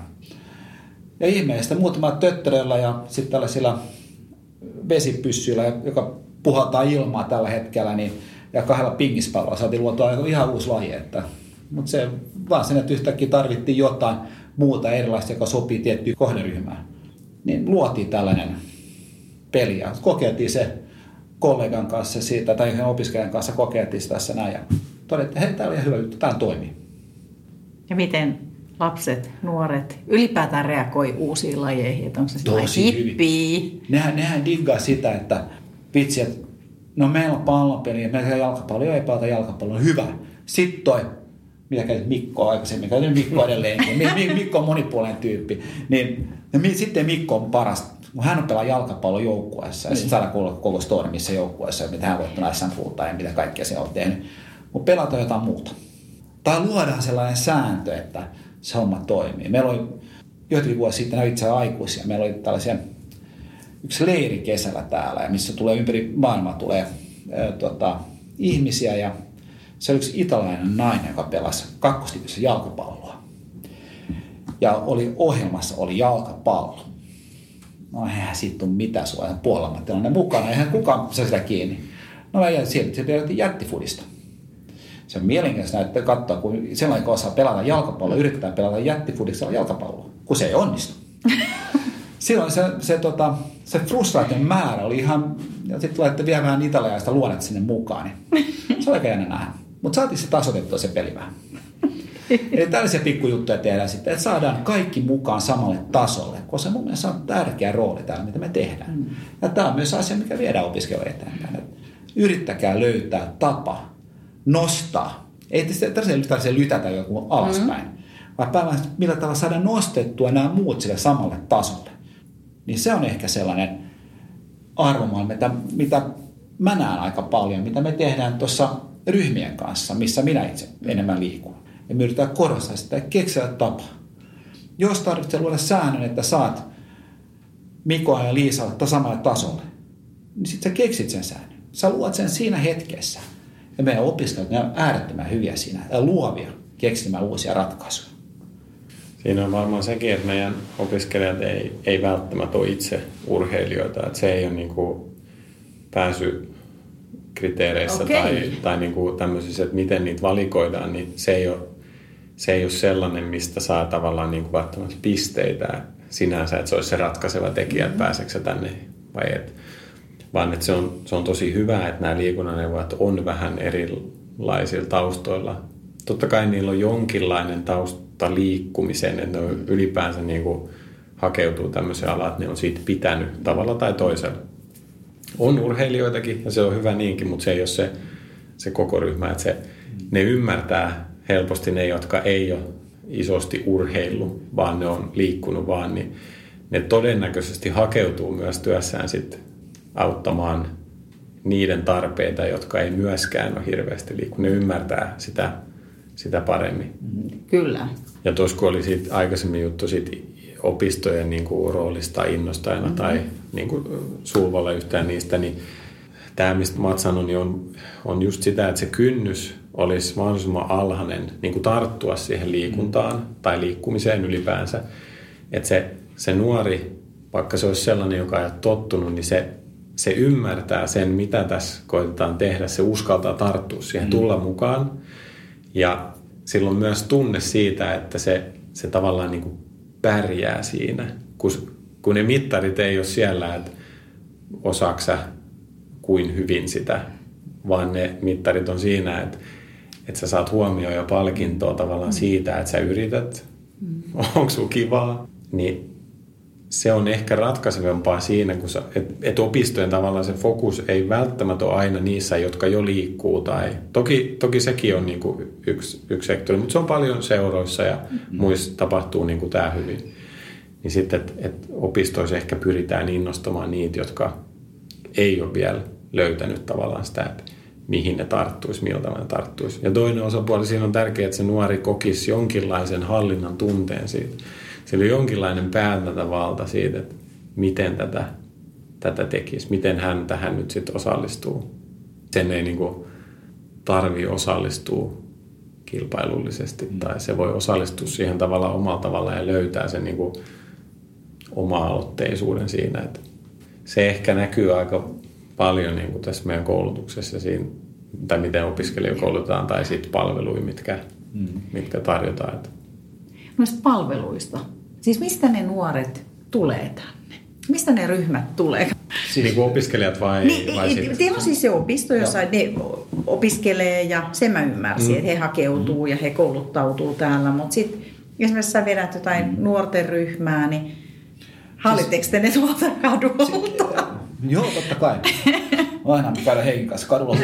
ja ihmeellistä muutamalla töttöröllä ja sitten tällaisilla vesipyssyillä, joka puhaltaa ilmaa tällä hetkellä, niin, ja kahdella pingispallolla saatiin luotua ihan uusi laji. Mutta se vaan sen, että yhtäkkiä tarvittiin jotain muuta erilaista, joka sopii tiettyyn kohderyhmään. Niin luotiin tällainen peli ja kokeiltiin se kollegan kanssa siitä, tai yhden opiskelijan kanssa kokeiltiin tässä näin. Ja todettiin, että tämä oli ihan hyvä juttu, tämä toimii. Ja miten lapset, nuoret ylipäätään reagoi uusiin lajeihin, että onko se sellainen hippii? Nehän, nehän diggaa sitä, että vitsi, että no meillä on pallopeli ja meillä on jalkapallo, ei pelata jalkapallo, hyvä. Sitten toi, mitä käytit Mikko aikaisemmin, käytin Mikko edelleenkin, Mikko on monipuolinen tyyppi, niin sitten Mikko on paras, kun hän on pelaa jalkapallon joukkueessa ja sitten saadaan kuulla koko story missä joukkueessa, mitä hän voittanut S M-kultaa ja mitä kaikkea se on tehnyt, mutta pelataan jotain muuta. Tai luodaan sellainen sääntö, että se homma toimii. Meillä oli joitakin vuosia sitten itse aikuisia. Meillä oli tällaisia yksi leiri kesällä täällä, missä tulee ympäri maailmaa tulee ää, tota, ihmisiä. Ja se oli yksi italialainen nainen, joka pelasi kakkostivissä jalkapalloa. Ja oli ohjelmassa oli jalkapallo. No eihän siitä tule mitään sua, ihan puolammattilainen mukana, eihän kukaan saa sitä kiinni. No ja sieltä se pelattiin jättifudista. Se on mielenkiintoista näyttää katsoa, kun sellainen, kun osaa pelata jalkapalloa, yritetään pelata jättifudiksella jalkapalloa, kun se ei onnistu. Silloin se, se, tota, se frustraation määrä oli ihan, ja sitten tulee vielä vähän italialaista luonnetta sinne mukaan, niin se oli aika jännä nähdä. Mutta saatiin se tasoitettua se peli vähän. Eli tällaisia pikkujuttuja tehdään sitten, että saadaan kaikki mukaan samalle tasolle, koska mun mielestä on tärkeä rooli täällä, mitä me tehdään. Mm. Ja tämä on myös asia, mikä viedään opiskelijoille eteenpäin. Yrittäkää löytää tapa nostaa. Ei tarvitse lytätä joku alaspäin, mm. vaan päivän millä tavalla saada nostettua nämä muut sille samalle tasolle. Niin se on ehkä sellainen arvomalli, mitä, mitä mä näen aika paljon, mitä me tehdään tuossa ryhmien kanssa, missä minä itse enemmän liikun. Ja me yritetään korostaa sitä ja keksiä tapa. Jos tarvitsee luoda säännön, että saat Mikoa ja Liisaa samalle tasolle, niin sitten sä keksit sen säännön. Sä luot sen siinä hetkessä. Ja meidän opiskelijat ne on äärettömän hyviä siinä ja luovia keksimään uusia ratkaisuja. Siinä on varmaan sekin, että meidän opiskelijat ei, ei välttämättä ole itse urheilijoita. Että se ei ole niin kuin pääsykriteereissä okay. tai, tai niin kuin tämmöisissä, että miten niitä valikoidaan, niin se ei ole, se ei ole sellainen, mistä saa tavallaan niin kuin välttämättä pisteitä sinänsä, että se olisi se ratkaiseva tekijä, että pääseekö se tänne vai et. Vaan että se on, se on tosi hyvä, että nämä liikunnanneuvojat on vähän erilaisilla taustoilla. Totta kai niillä on jonkinlainen tausta liikkumiseen, että ne ylipäänsä niin kuin hakeutuu tämmöiseen alaan, että ne on siitä pitänyt tavalla tai toisella. On urheilijoitakin ja se on hyvä niinkin, mutta se ei ole se, se koko ryhmä. Että se, ne ymmärtää helposti ne, jotka ei ole isosti urheillut, vaan ne on liikkunut vaan, niin ne todennäköisesti hakeutuu myös työssään sitten auttamaan niiden tarpeita, jotka ei myöskään ole hirveästi liikkunut. Ne ymmärtää sitä, sitä paremmin. Kyllä. Ja tuossa kun oli siitä aikaisemmin juttu siitä opistojen niin kuin roolista innostajana mm-hmm. tai niin kuin Sulvalla yhtään niistä, niin tämä, mistä Mats sanoi, niin on, on just sitä, että se kynnys olisi mahdollisimman alhainen niin kuin tarttua siihen liikuntaan mm-hmm. tai liikkumiseen ylipäänsä. Että se, se nuori, vaikka se olisi sellainen, joka ei ole tottunut, niin se se ymmärtää sen, mitä tässä koitetaan tehdä, se uskaltaa tarttua siihen, tulla mukaan. Ja silloin myös tunne siitä, että se, se tavallaan niin kuin pärjää siinä, kun, kun ne mittarit ei ole siellä, että osaatko sä kuin hyvin sitä, vaan ne mittarit on siinä, että, että sä saat huomioon ja palkintoa tavallaan siitä, että sä yrität, onko sulla kivaa, niin se on ehkä ratkaisevampaa siinä, kun sä, et, et opistojen tavallaan se fokus ei välttämättä ole aina niissä, jotka jo liikkuu. Tai, toki, toki sekin on niinku yksi, yksi sektori, mutta se on paljon seuroissa ja mm-hmm. muissa tapahtuu niinku tämä hyvin. Niin sitten, että et opistoissa ehkä pyritään innostamaan niitä, jotka ei ole vielä löytänyt tavallaan sitä, että mihin ne tarttuisi, miltä ne tarttuisi. Ja toinen osapuoli siinä on tärkeää, että se nuori kokisi jonkinlaisen hallinnan tunteen siitä. Sillä on jonkinlainen päätäntävalta siitä, että miten tätä, tätä tekisi, miten hän tähän nyt sitten osallistuu. Sen ei niinku tarvitse osallistua kilpailullisesti, mm. tai se voi osallistua siihen tavallaan omalla tavalla ja löytää sen niinku oma-aloitteisuuden siinä. Että se ehkä näkyy aika paljon niinku tässä meidän koulutuksessa, siinä, tai miten opiskelijoita koulutetaan, tai sitten palveluja, mitkä, mm. mitkä tarjotaan. Noista palveluista. Siis mistä ne nuoret tulee tänne? Mistä ne ryhmät tulee? Siis niin kuin opiskelijat vai? Niin, vai teillä on siis se opisto, jossa Joo. ne opiskelee ja sen mä ymmärsin, mm. että he hakeutuu mm. ja he kouluttautuu täällä. Mutta sitten esimerkiksi sä vedät jotain mm. nuorten ryhmää, niin hallitteko te ne tuolta kadulta? Si- joo, totta kai. Aina me käydään Heikin kanssa kadulla.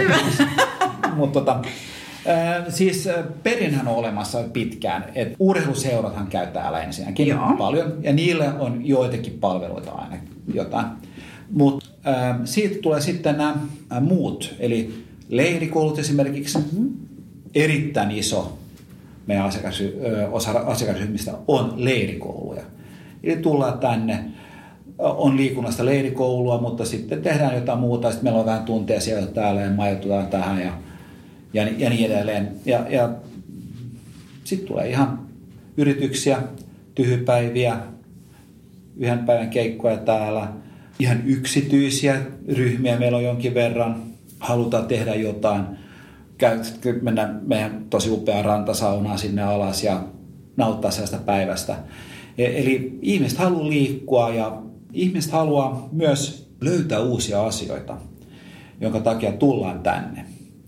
Mutta tota... Äh, siis äh, perinhän on olemassa pitkään, että urheiluseurathan käy täällä ensinnäkin Joo. paljon, ja niille on joitakin palveluita aina jotain. Mutta äh, siitä tulee sitten nämä äh, muut, eli leirikoulut esimerkiksi, mm-hmm. erittäin iso meidän asiakasry- äh, osa asiakasryhmistä on leirikouluja. Eli tullaan tänne, äh, on liikunnasta leirikoulua, mutta sitten tehdään jotain muuta, sitten meillä on vähän tunteja siellä täällä ja majoitutaan tähän ja Ja, ja niin edelleen. Ja, ja sitten tulee ihan yrityksiä, tyhjypäiviä, yhden päivän keikkoja täällä. Ihan yksityisiä ryhmiä meillä on jonkin verran. Halutaan tehdä jotain. Mennään meidän tosi upeaan rantasaunaan sinne alas ja nauttaa sellaista päivästä. Eli ihmiset haluaa liikkua ja ihmiset haluaa myös löytää uusia asioita, jonka takia tullaan tänne.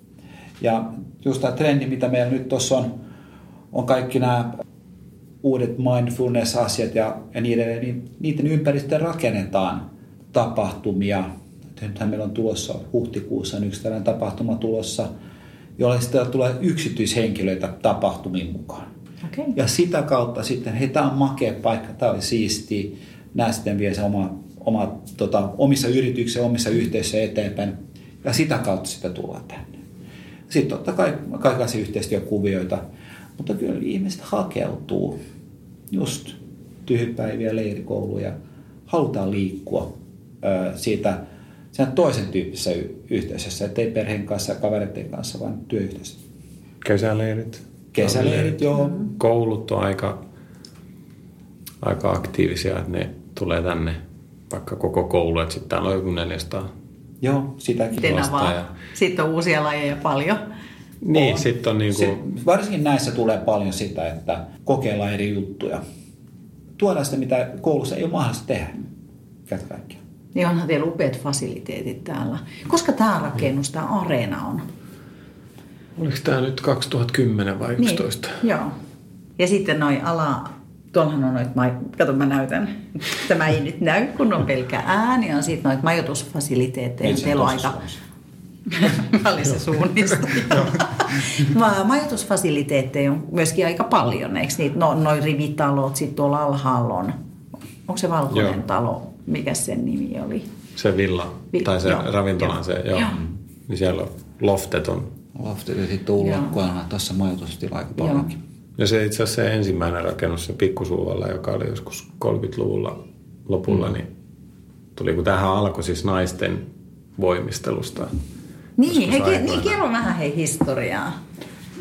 Ja just tämä trendi, mitä meillä nyt tuossa on, on kaikki nämä uudet mindfulness-asiat ja, ja niin edelleen, niin niiden ympäristö rakennetaan tapahtumia. Nythän meillä on tulossa huhtikuussa yksi tällainen tapahtuma tulossa, jolla sitten tulee yksityishenkilöitä tapahtumiin mukaan. Okay. Ja sitä kautta sitten, hei, tämä on makea paikka, tämä oli siistiä, nämä sitten vie se oma, oma, tota, omissa yrityksissä, omissa yhteisöissä eteenpäin, ja sitä kautta sitä tullaan tänne. Sitten totta kai kaikenlaisia yhteistyökuvioita, mutta kyllä ihmiset hakeutuu just tyhjypäiviä, leirikouluja, halutaan liikkua ö, siitä sen toisen tyyppisessä y- yhteisössä, ettei perheen kanssa ja kavereiden kanssa, vaan työyhteisössä. Kesäleirit. Kesäleirit, joo. Koulut on aika, aika aktiivisia, että ne tulee tänne vaikka koko koulu, että sitten täällä on joku neljäsataa. Joo, sitäkin. Ja... Sitten on uusia lajeja paljon. Niin, sitten on niinku... Sit, varsinkin näissä tulee paljon sitä, että kokeillaan eri juttuja. Tuodaan sitä, mitä koulussa ei ole mahdollista tehdä. Käytä kaikkea. Niin onhan teillä upeat fasiliteetit täällä. Koska tämä rakennus, tämä areena on? Oliko tämä nyt kaksituhattakymmenen vai yksitoista? Niin, joo. Ja sitten noi ala... Tuollahan on noita, kato mä näytän, tämä ei nyt näy, kun on pelkkä ääni, on sitten noita majoitusfasiliteetteja, teillä on aika, paljon se suunnistaja. Majoitusfasiliteetteja on myöskin aika paljon, eikö niitä, no, noin rivitalot sitten tuolla alhaalla on, onko se Valkoinen joo. talo, mikä sen nimi oli? Se villa, Vi- tai se joo, ravintolan joo. se, joo, joo. Niin siellä on loftet on. Loftet ja sitten ulkoilma, tuossa majoitustila aika paljonkin. Ja se itse asiassa se ensimmäinen rakennus, se Pikkusuuvalla, joka oli joskus kolmekymmentäluvulla lopulla, mm. niin tuli, kun tähän alkoi siis naisten voimistelusta. Niin, he, niin kerro vähän hei historiaa.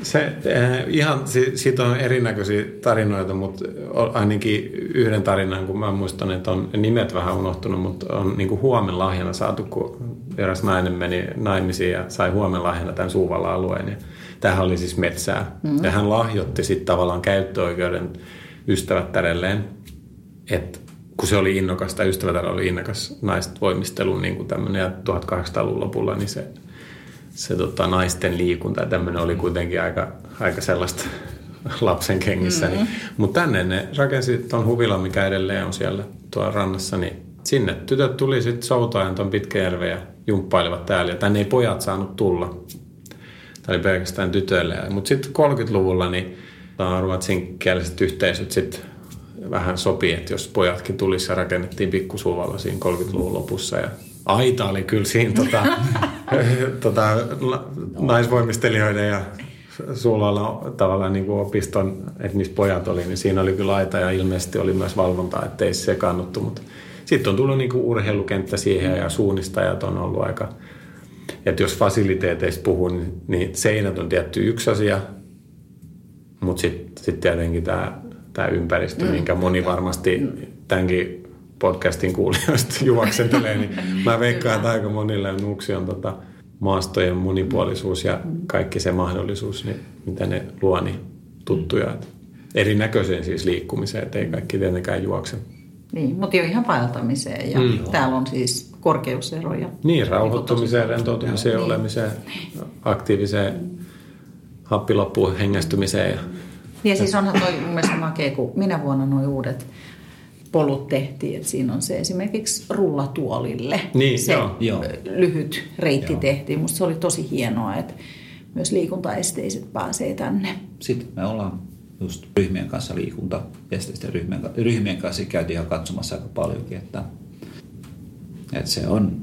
Se, eh, ihan, siitä on erinäköisiä tarinoita, mutta ainakin yhden tarinan, kun mä muistan, että on nimet vähän unohtunut, mutta on niin kuin huomenlahjana saatu, kun eräs nainen meni naimisiin ja sai huomenlahjana tämän Suuvala-alueen. Ja tämähän oli siis metsää. Mm-hmm. Ja hän lahjoitti sitten tavallaan käyttöoikeuden ystävättärelleen, että kun se oli innokas, tai ystävätär oli innokas naisten voimistelun niin kuin tämmöinen, ja tuhatkahdeksansataaluvun lopulla, niin se se tota, naisten liikunta ja tämmöinen oli kuitenkin aika, aika sellaista lapsen kengissä. Mm-hmm. Niin, mutta tänne ne rakensi tuon huvilan, mikä edelleen on siellä tuolla rannassa, niin sinne tytöt tuli sitten soutajan tuon Pitkäjärven ja jumppailivat täällä. Ja tänne ei pojat saanut tulla. Tämä oli pelkästään tytöille. Mutta sitten kolmekymmentäluvulla niin ruotsinkieliset yhteisöt sitten vähän sopii, että jos pojatkin tulisi ja rakennettiin pikkusuvalla siinä kolmekymmentäluvun lopussa ja aita oli kyllä siinä tota, tota, naisvoimistelijoiden ja Suolalla tavallaan niin kuin opiston, että missä pojat oli, niin siinä oli kyllä aita ja ilmeisesti oli myös valvontaa, ettei se sekaannuttu. Mutta sitten on tullut niin kuin urheilukenttä siihen ja suunnistajat on ollut aika, että jos fasiliteeteista puhuu, niin, niin seinät on tietty yksi asia, mutta sitten sit tietenkin tämä, tämä ympäristö, mm. minkä moni varmasti tämänkin podcastin kuulijoista juoksentelee, niin mä veikkaan, että aika monille on Nuuksion tota, maastojen monipuolisuus ja kaikki se mahdollisuus, niin mitä ne luo, niin tuttuja. Erinäköiseen siis liikkumiseen, ettei kaikki tietenkään juokse. Niin, mutta jo ihan vaeltamiseen ja mm. täällä on siis korkeuseroja. Niin, rauhoittumiseen, rentoutumiseen, niin. Olemiseen, aktiiviseen happiloppuun hengästymiseen. Ja, ja siis onhan toi mun mielestä makea, kun minä vuonna nuo uudet polut tehtiin, että siinä on se esimerkiksi rullatuolille. Niin, se joo. lyhyt reitti joo. tehtiin. Musta se oli tosi hienoa, että myös liikuntaesteiset pääsee tänne. Sitten me ollaan just ryhmien kanssa liikuntaesteisten ryhmien, ryhmien kanssa käytiin ihan katsomassa aika paljonkin, että, että se on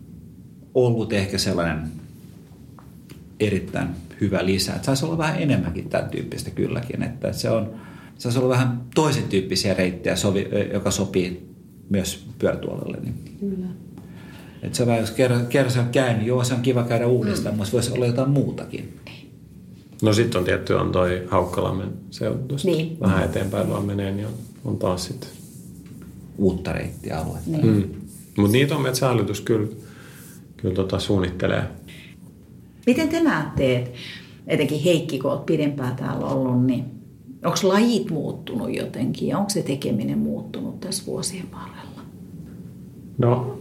ollut ehkä sellainen erittäin hyvä lisä. Että saisi olla vähän enemmänkin tämän tyyppistä kylläkin, että se on saisi olla vähän toisen tyyppisiä reittejä, sovi, joka sopii myös pyörätuolelle. Niin. Kyllä. Että se on vähän, jos kerran, kerran se on käynyt, joo, se on kiva käydä uudestaan, mm. mutta voisi olla jotain muutakin. No sitten on tietty, on toi Haukkalammen seutu. Niin. Vähän eteenpäin vaan menee, niin on, on taas sitten uutta reittiä aluetta. Niin. Mm. Mutta niitä on Metsähallitus kyllä, kyllä tota suunnittelee. Miten te näette, että etenkin Heikki, kun olet pidempään täällä ollut, niin onko lajit muuttunut jotenkin ja onko se tekeminen muuttunut tässä vuosien varrella? No,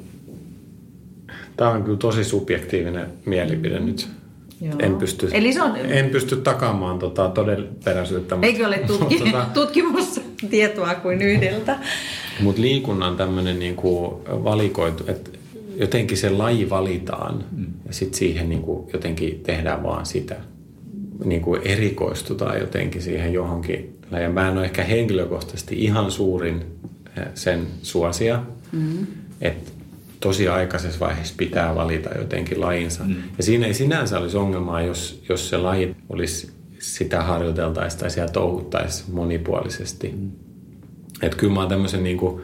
tämä on kyllä tosi subjektiivinen mielipide mm. nyt. Joo. En pysty, Eli se on, en pysty takaamaan tota todenperäisyyttä. Eikö ole tutki, tota, tutkimustietoa kuin yhdeltä? Mutta liikunnan tämmöinen niinku valikoitu, että jotenkin se laji valitaan mm. ja sitten siihen niinku jotenkin tehdään vaan sitä. Niinku erikoistutaan jotenkin siihen johonkin. Ja mä en ole ehkä henkilökohtaisesti ihan suurin sen suosia, mm. että tosi aikaisessa vaiheessa pitää valita jotenkin lajinsa. Mm. Ja siinä ei sinänsä olisi ongelmaa, jos, jos se laji olisi sitä harjoiteltaisiin tai siellä touhuttaisiin monipuolisesti. Mm. Että kyllä mä oon tämmöisen niinku,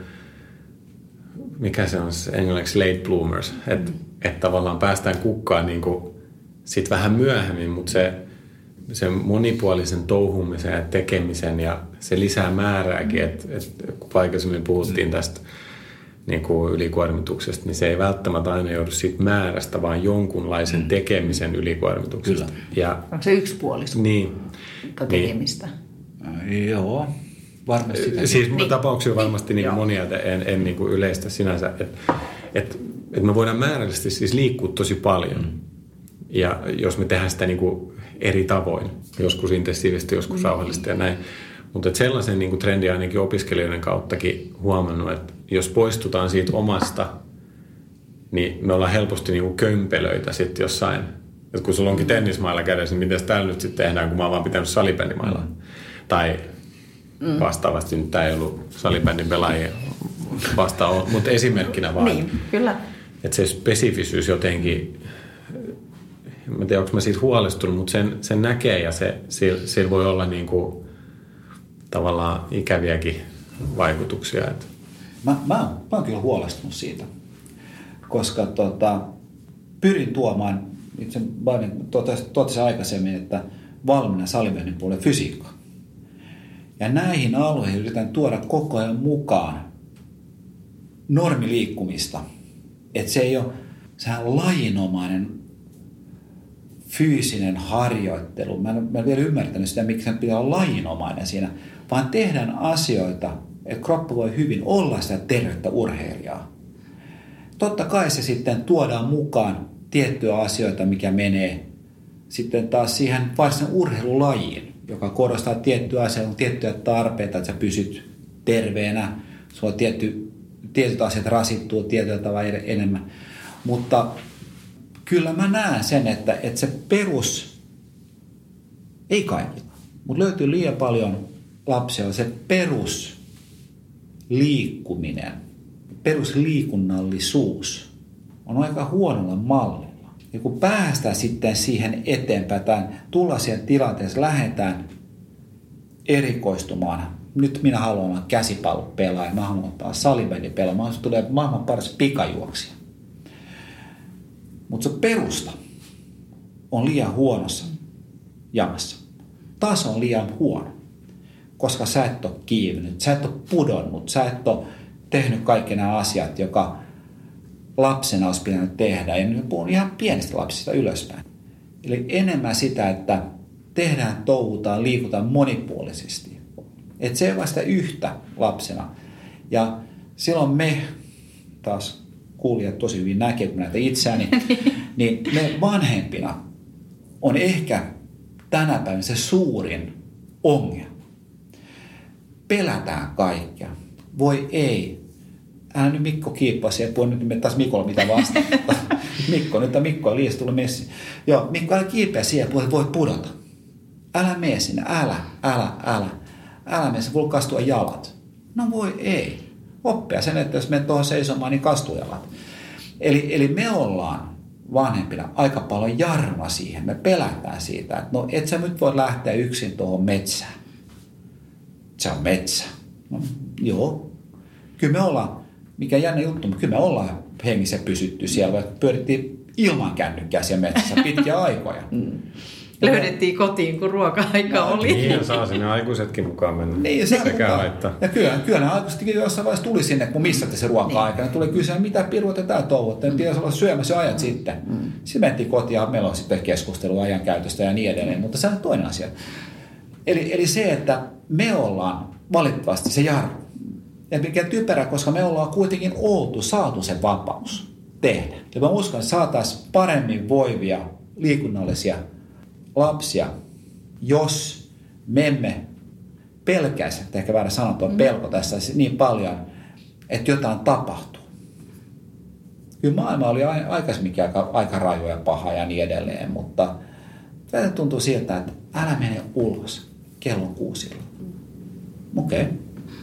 mikä se on englanniksi late bloomers, että mm. et tavallaan päästään kukkaan niinku sit vähän myöhemmin, mutta se sen monipuolisen touhumisen ja tekemisen ja se lisää määrääkin, että et, kun aikaisemmin puhuttiin tästä niin kuin ylikuormituksesta, niin se ei välttämättä aina joudu siitä määrästä, vaan jonkunlaisen tekemisen ylikuormituksesta. Kyllä. Ja, onko se yksipuolisuutta niin, tekemistä? Niin. Joo, varmasti. Siis niin. tapauksia varmasti niin monia, että en, en niin kuin yleistä sinänsä, että et, et me voidaan määrällisesti siis liikkua tosi paljon. Mm. Ja jos me tehdään sitä niin kuin eri tavoin, joskus intensiivisesti, joskus rauhallisesti ja näin. Mutta sellaisen niin kuin trendin ainakin opiskelijoiden kauttakin huomannut, että jos poistutaan siitä omasta, niin me ollaan helposti niin kuin kömpelöitä sitten jossain. Että kun sulla onkin tennismailla kädessä, niin miten täällä nyt sitten tehdään, kun mä oon vaan pitänyt salibändimailla. Mm. Tai mm. vastaavasti nyt tää ei ollut salibändin pelaajia vastaan, mutta esimerkkinä vaan. Niin, kyllä. Että se spesifisyys jotenkin, en tiedä, onko mä siitä huolestunut, mutta sen, sen näkee ja se, sillä, sillä voi olla niin kuin tavallaan ikäviäkin vaikutuksia. Että. Mä, mä, mä oon kyllä huolestunut siitä, koska tota, pyrin tuomaan, itse totesin aikaisemmin, että valmiina salibändin puolelle fysiikkaa. Ja näihin alueihin yritän tuoda koko ajan mukaan normiliikkumista. Että se ei ole sehän lajinomainen fyysinen harjoittelu. Mä en, mä en vielä ymmärtänyt sitä, miksi se pitää olla lajinomainen siinä, vaan tehdään asioita, että kroppa voi hyvin olla sitä tervettä urheilijaa. Totta kai se sitten tuodaan mukaan tiettyjä asioita, mikä menee sitten taas siihen varsinaisen urheilulajiin, joka korostaa tiettyjä asioita, tiettyjä tarpeita, että sä pysyt terveenä, sulla on tietty, tietyt asiat rasittuu tietyllä tavalla enemmän. Mutta kyllä mä näen sen, että, että se perus, ei kaikilla, mutta löytyy liian paljon lapsia, se perus liikkuminen, perusliikunnallisuus on aika huonolla mallilla. Ja kun päästään sitten siihen eteenpäin, tai tulla siihen tilanteeseen, lähdetään erikoistumaan. Nyt minä haluan olla käsipallopelaaja, mä haluan ottaa salibändipelaaja, mä haluan tulee maailman paras pikajuoksija. Mutta se perusta on liian huonossa jamassa. Taso on liian huono, koska sä et ole kiivennyt, sä et ole pudonnut, sä et ole tehnyt kaikki nämä asiat, joka lapsena olisi pitänyt tehdä. Ja nyt puhun ihan pienistä lapsista ylöspäin. Eli enemmän sitä, että tehdään, touhutaan, liikutaan monipuolisesti. Että se ei ole vasta yhtä lapsena. Ja silloin me, taas kuulijat tosi hyvin näkee, kun näitä itseäni, niin me vanhempina on ehkä tänä päivänä se suurin ongelma. Pelätään kaikkea. Voi ei. Älä nyt Mikko kiippasi ja puhun nyt taas Mikolla mitä vastaan. Mikko, nyt on Mikko, liias tullut messi. Joo, Mikko, älä kiipeä siihen, että voit pudota. Älä mene sinne, älä, älä, älä. Älä mene, se voi kastua jalat. No voi ei. Oppia sen, että jos menet tuohon seisomaan, niin kastuu jalat. Eli, eli me ollaan vanhempina aika paljon jarma siihen. Me pelätään siitä, että no et sä nyt voi lähteä yksin tuohon metsään. Se on metsä. No, joo. Kyllä me ollaan, mikä jännä juttu, mutta kyllä me ollaan hengissä pysytty siellä. Pyörittiin ilman kännykkää siellä metsässä pitkiä aikoja. Mm. Löydettiin kotiin, kun ruoka-aika no, oli. Niin, ja saa sinne aikuisetkin mukaan mennä. Niin, se mukaan. Ja kyllä, kyllä ne aikuisetkin jossain vaiheessa tuli sinne, kun missätte se ruoka-aika. Ne tuli kysyä, mitä piruutta tää touhutte. En tiedä, olla syömässä jo ajat mm. sitten. Mm. Sitten mentiin kotiin ja meillä on sitten keskustelua ajankäytöstä ja niin edelleen. Mm. Mutta se on toinen asia. Eli, eli se, että me ollaan valitettavasti se jarru. Ja mikä typerä, koska me ollaan kuitenkin oltu, saatu sen vapaus tehdä. Ja mä uskon, että saataisiin paremmin voivia liikunnallisia lapsia, jos me emme pelkäisi, että ehkä väärä sanottua pelko tässä niin paljon, että jotain tapahtuu. Kyllä maailma oli aikaisemminkin aika, aika rajoja ja paha ja niin edelleen, mutta välillä tuntuu siltä, että älä mene ulos kellon kuusilla. Okei. Okay.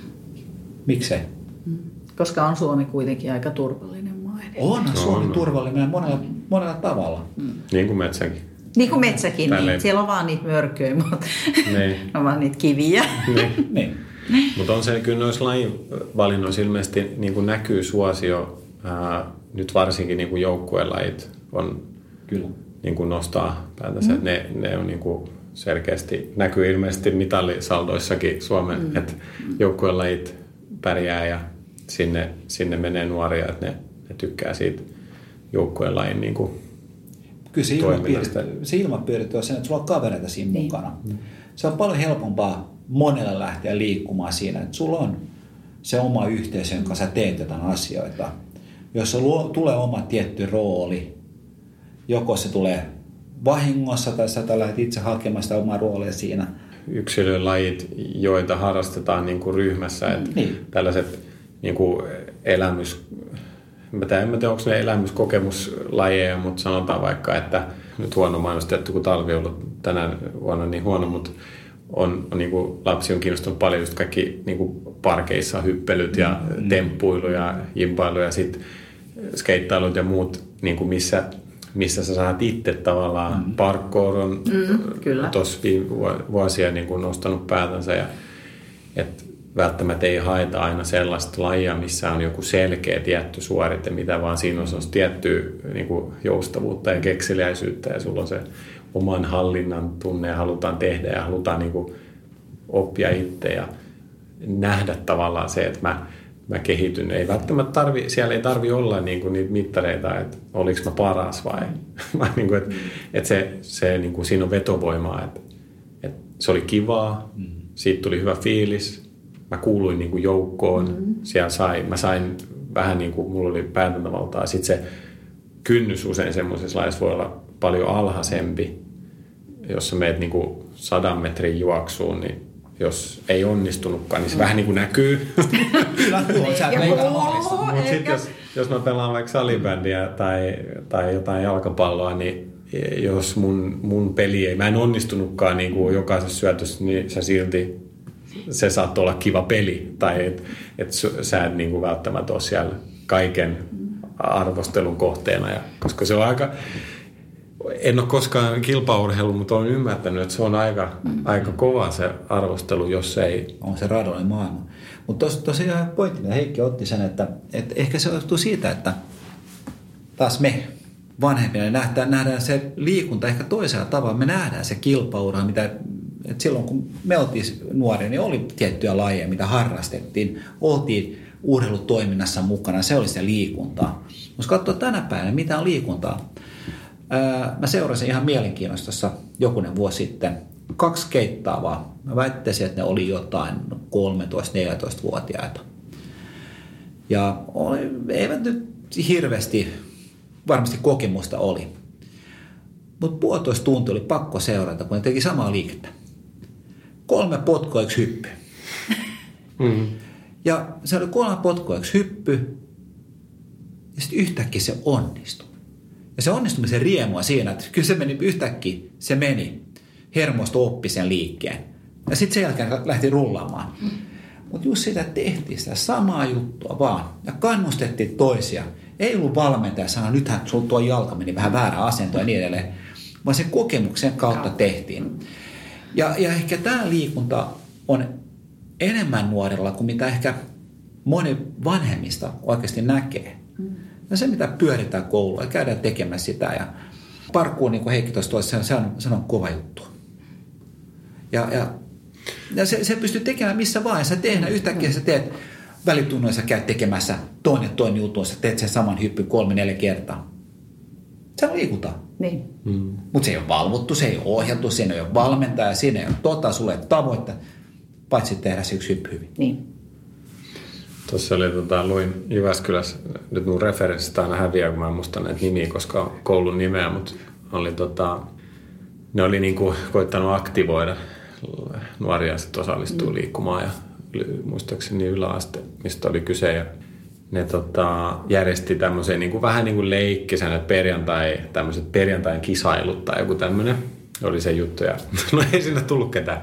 Miksei? Koska on Suomi kuitenkin aika turvallinen maa. On Suomi on. turvallinen monella, monella tavalla. Mm. Niin kuin metsäkin. Niin kuin metsäkin, niin. Siellä on vaan niitä mörköjä, mutta niin. on vaan niitä kiviä. Niin. niin. Mutta on se, kyllä noissa lajivalinnoissa ilmeisesti niin kuin näkyy suosio, ää, nyt varsinkin niin kuin joukkuelajit on, kyllä. Niin kuin nostaa päätänsä, mm. että ne, ne on niin kuin selkeästi, näkyy ilmeisesti mitallisaldoissakin Suomen, mm. että joukkuelajit pärjää ja sinne, sinne menee nuoria, että ne, ne tykkää siitä joukkuelajin niin kuin kyllä se ilmapiiri, se ilmapiiri on sen, että sulla on kavereita siinä niin. mukana. Mm. Se on paljon helpompaa monella lähteä liikkumaan siinä, että sulla on se oma yhteisö, jonka sä teet jotain asioita. Jos se luo, tulee oma tietty rooli, joko se tulee vahingossa tai sä lähdet itse hakemaan sitä omaa roolia siinä. Yksilölajit, joita harrastetaan niin kuin ryhmässä, että niin. tällaiset niin kuin elämys... En tiedä, onko ne elämyskokemuslajeja, mutta sanotaan vaikka, että nyt huono mainostettu, kun talvi on ollut tänään vuonna niin huono, mutta on, on niin kuin, lapsi on kiinnostunut paljon just kaikki niin kuin parkeissa hyppelyt ja mm. temppuilu ja jimpailu ja sitten skeittailut ja muut, niin kuin missä, missä sä saat itse tavallaan mm. parkour on mm, tuossa vuosia niin kuin nostanut päätänsä ja että välttämättä ei haeta aina sellaista lajia, missä on joku selkeä tietty suorite, mitä vaan siinä on tiettyä niin kuin joustavuutta ja kekseliäisyyttä ja sulla on se oman hallinnan tunne ja halutaan tehdä ja halutaan niin kuin oppia itse ja nähdä tavallaan se, että mä, mä kehityn. Ei välttämättä tarvi, siellä ei tarvi olla niin kuin niitä mittareita, että oliko mä paras vai, vai niin kuin, että, että se, se, niin kuin siinä on vetovoimaa, että, että se oli kivaa, siitä tuli hyvä fiilis, mä kuuluin niin kuin joukkoon, mm-hmm. siellä sai, mä sain vähän niin kuin, mulla oli päätäntävaltaa, sitten se kynnys usein semmoisessa laissa voi olla paljon alhaisempi, jos sä meet niin kuin sadan metrin juoksuun, niin jos ei onnistunutkaan, niin se mm. vähän niin kuin näkyy. Kyllä, tuo sä Mutta sitten jos, jos mä pelaan vaikka salibändiä tai, tai jotain jalkapalloa, niin jos mun, mun peli ei, mä en onnistunutkaan niin kuin jokaisessa syötössä, niin se silti, se saattoi olla kiva peli. Tai että et sä et niin kuin välttämättä ole siellä kaiken arvostelun kohteena. Ja, koska se on aika... En ole koskaan kilpaurheilu, mutta olen ymmärtänyt, että se on aika, mm. aika kova se arvostelu, jos ei... On se raadollinen maailma. Mutta tos, tosiaan pointti, mitä Heikki otti sen, että, että ehkä se johtuu siitä, että taas me vanhempina nähdään, nähdään se liikunta ehkä toisella tavalla. Me nähdään se kilpaura, mitä että silloin kun me oltiin nuoria, niin oli tiettyjä lajeja, mitä harrastettiin. Oltiin urheilutoiminnassa mukana, se oli se liikuntaa. Jos katsoo tänä päivänä, mitä on liikuntaa, mä seurasin ihan mielenkiinnosta jokunen vuosi sitten kaksi keittaavaa. Mä väittäisin, että ne oli jotain kolmetoista-neljätoista-vuotiaita. Ja eivät nyt hirveästi, varmasti kokemusta oli. Mutta puolitoista tuntia oli pakko seurata, kun ne teki samaa liikettä. Kolme potkua, yksi hyppy. Mm. Ja se oli kolme potkua, yksi hyppy. Ja sitten yhtäkkiä se onnistui. Ja se onnistumisen riemua siinä, että kyllä se meni yhtäkkiä, se meni. Hermosto oppi sen liikkeen. Ja sitten sen jälkeen lähti rullaamaan. Mm. Mutta just sitä tehtiin sitä samaa juttua vaan. Ja kannustettiin toisia. Ei ollut valmentaja sanoa, nythän sulla tuo jalka meni vähän väärään asentoon ja niin edelleen. Vaan sen kokemuksen kautta tehtiin. Ja, ja ehkä tämä liikunta on enemmän nuorilla kuin mitä ehkä moni vanhemmista oikeasti näkee. Mm. Ja se, mitä pyöritään koulua ja käydään tekemässä sitä. Ja parkkuun, niin kuin Heikki tuossa tuossa, se on, se on kova juttu. Ja, ja, ja se, se pystyy tekemään missä vaan. Ja sä tehdään yhtäkkiä, sä teet välitunnoissa, käyt tekemässä toinen toinen jutun, sä teet sen saman hyppy kolme, neljä kertaa. Se on liikuntaa. Niin. Mm. Mutta se ei ole valvottu, se ei ole ohjattu, siinä ei ole valmentaja, siinä ei ole tota, sulle ei tavoitta, paitsi tehdä se yksi hyppy hyvin. Niin. Tuossa oli, tota, luin Jyväskylässä, nyt mun referenssit aina häviää, kun mä en muista näitä nimiä, koska on koulun nimeä, mutta oli, tota, ne oli niinku koittanut aktivoida nuoria sitten osallistua mm. liikkumaan ja muistaakseni yläaste, mistä oli kyse. Ja ne tota, järjesti tämmöisen niinku, vähän niin kuin leikkisen, että perjantai, tämmöiset perjantain kisailut tai joku tämmöinen oli se juttu. Ja no ei sinne tullut ketään.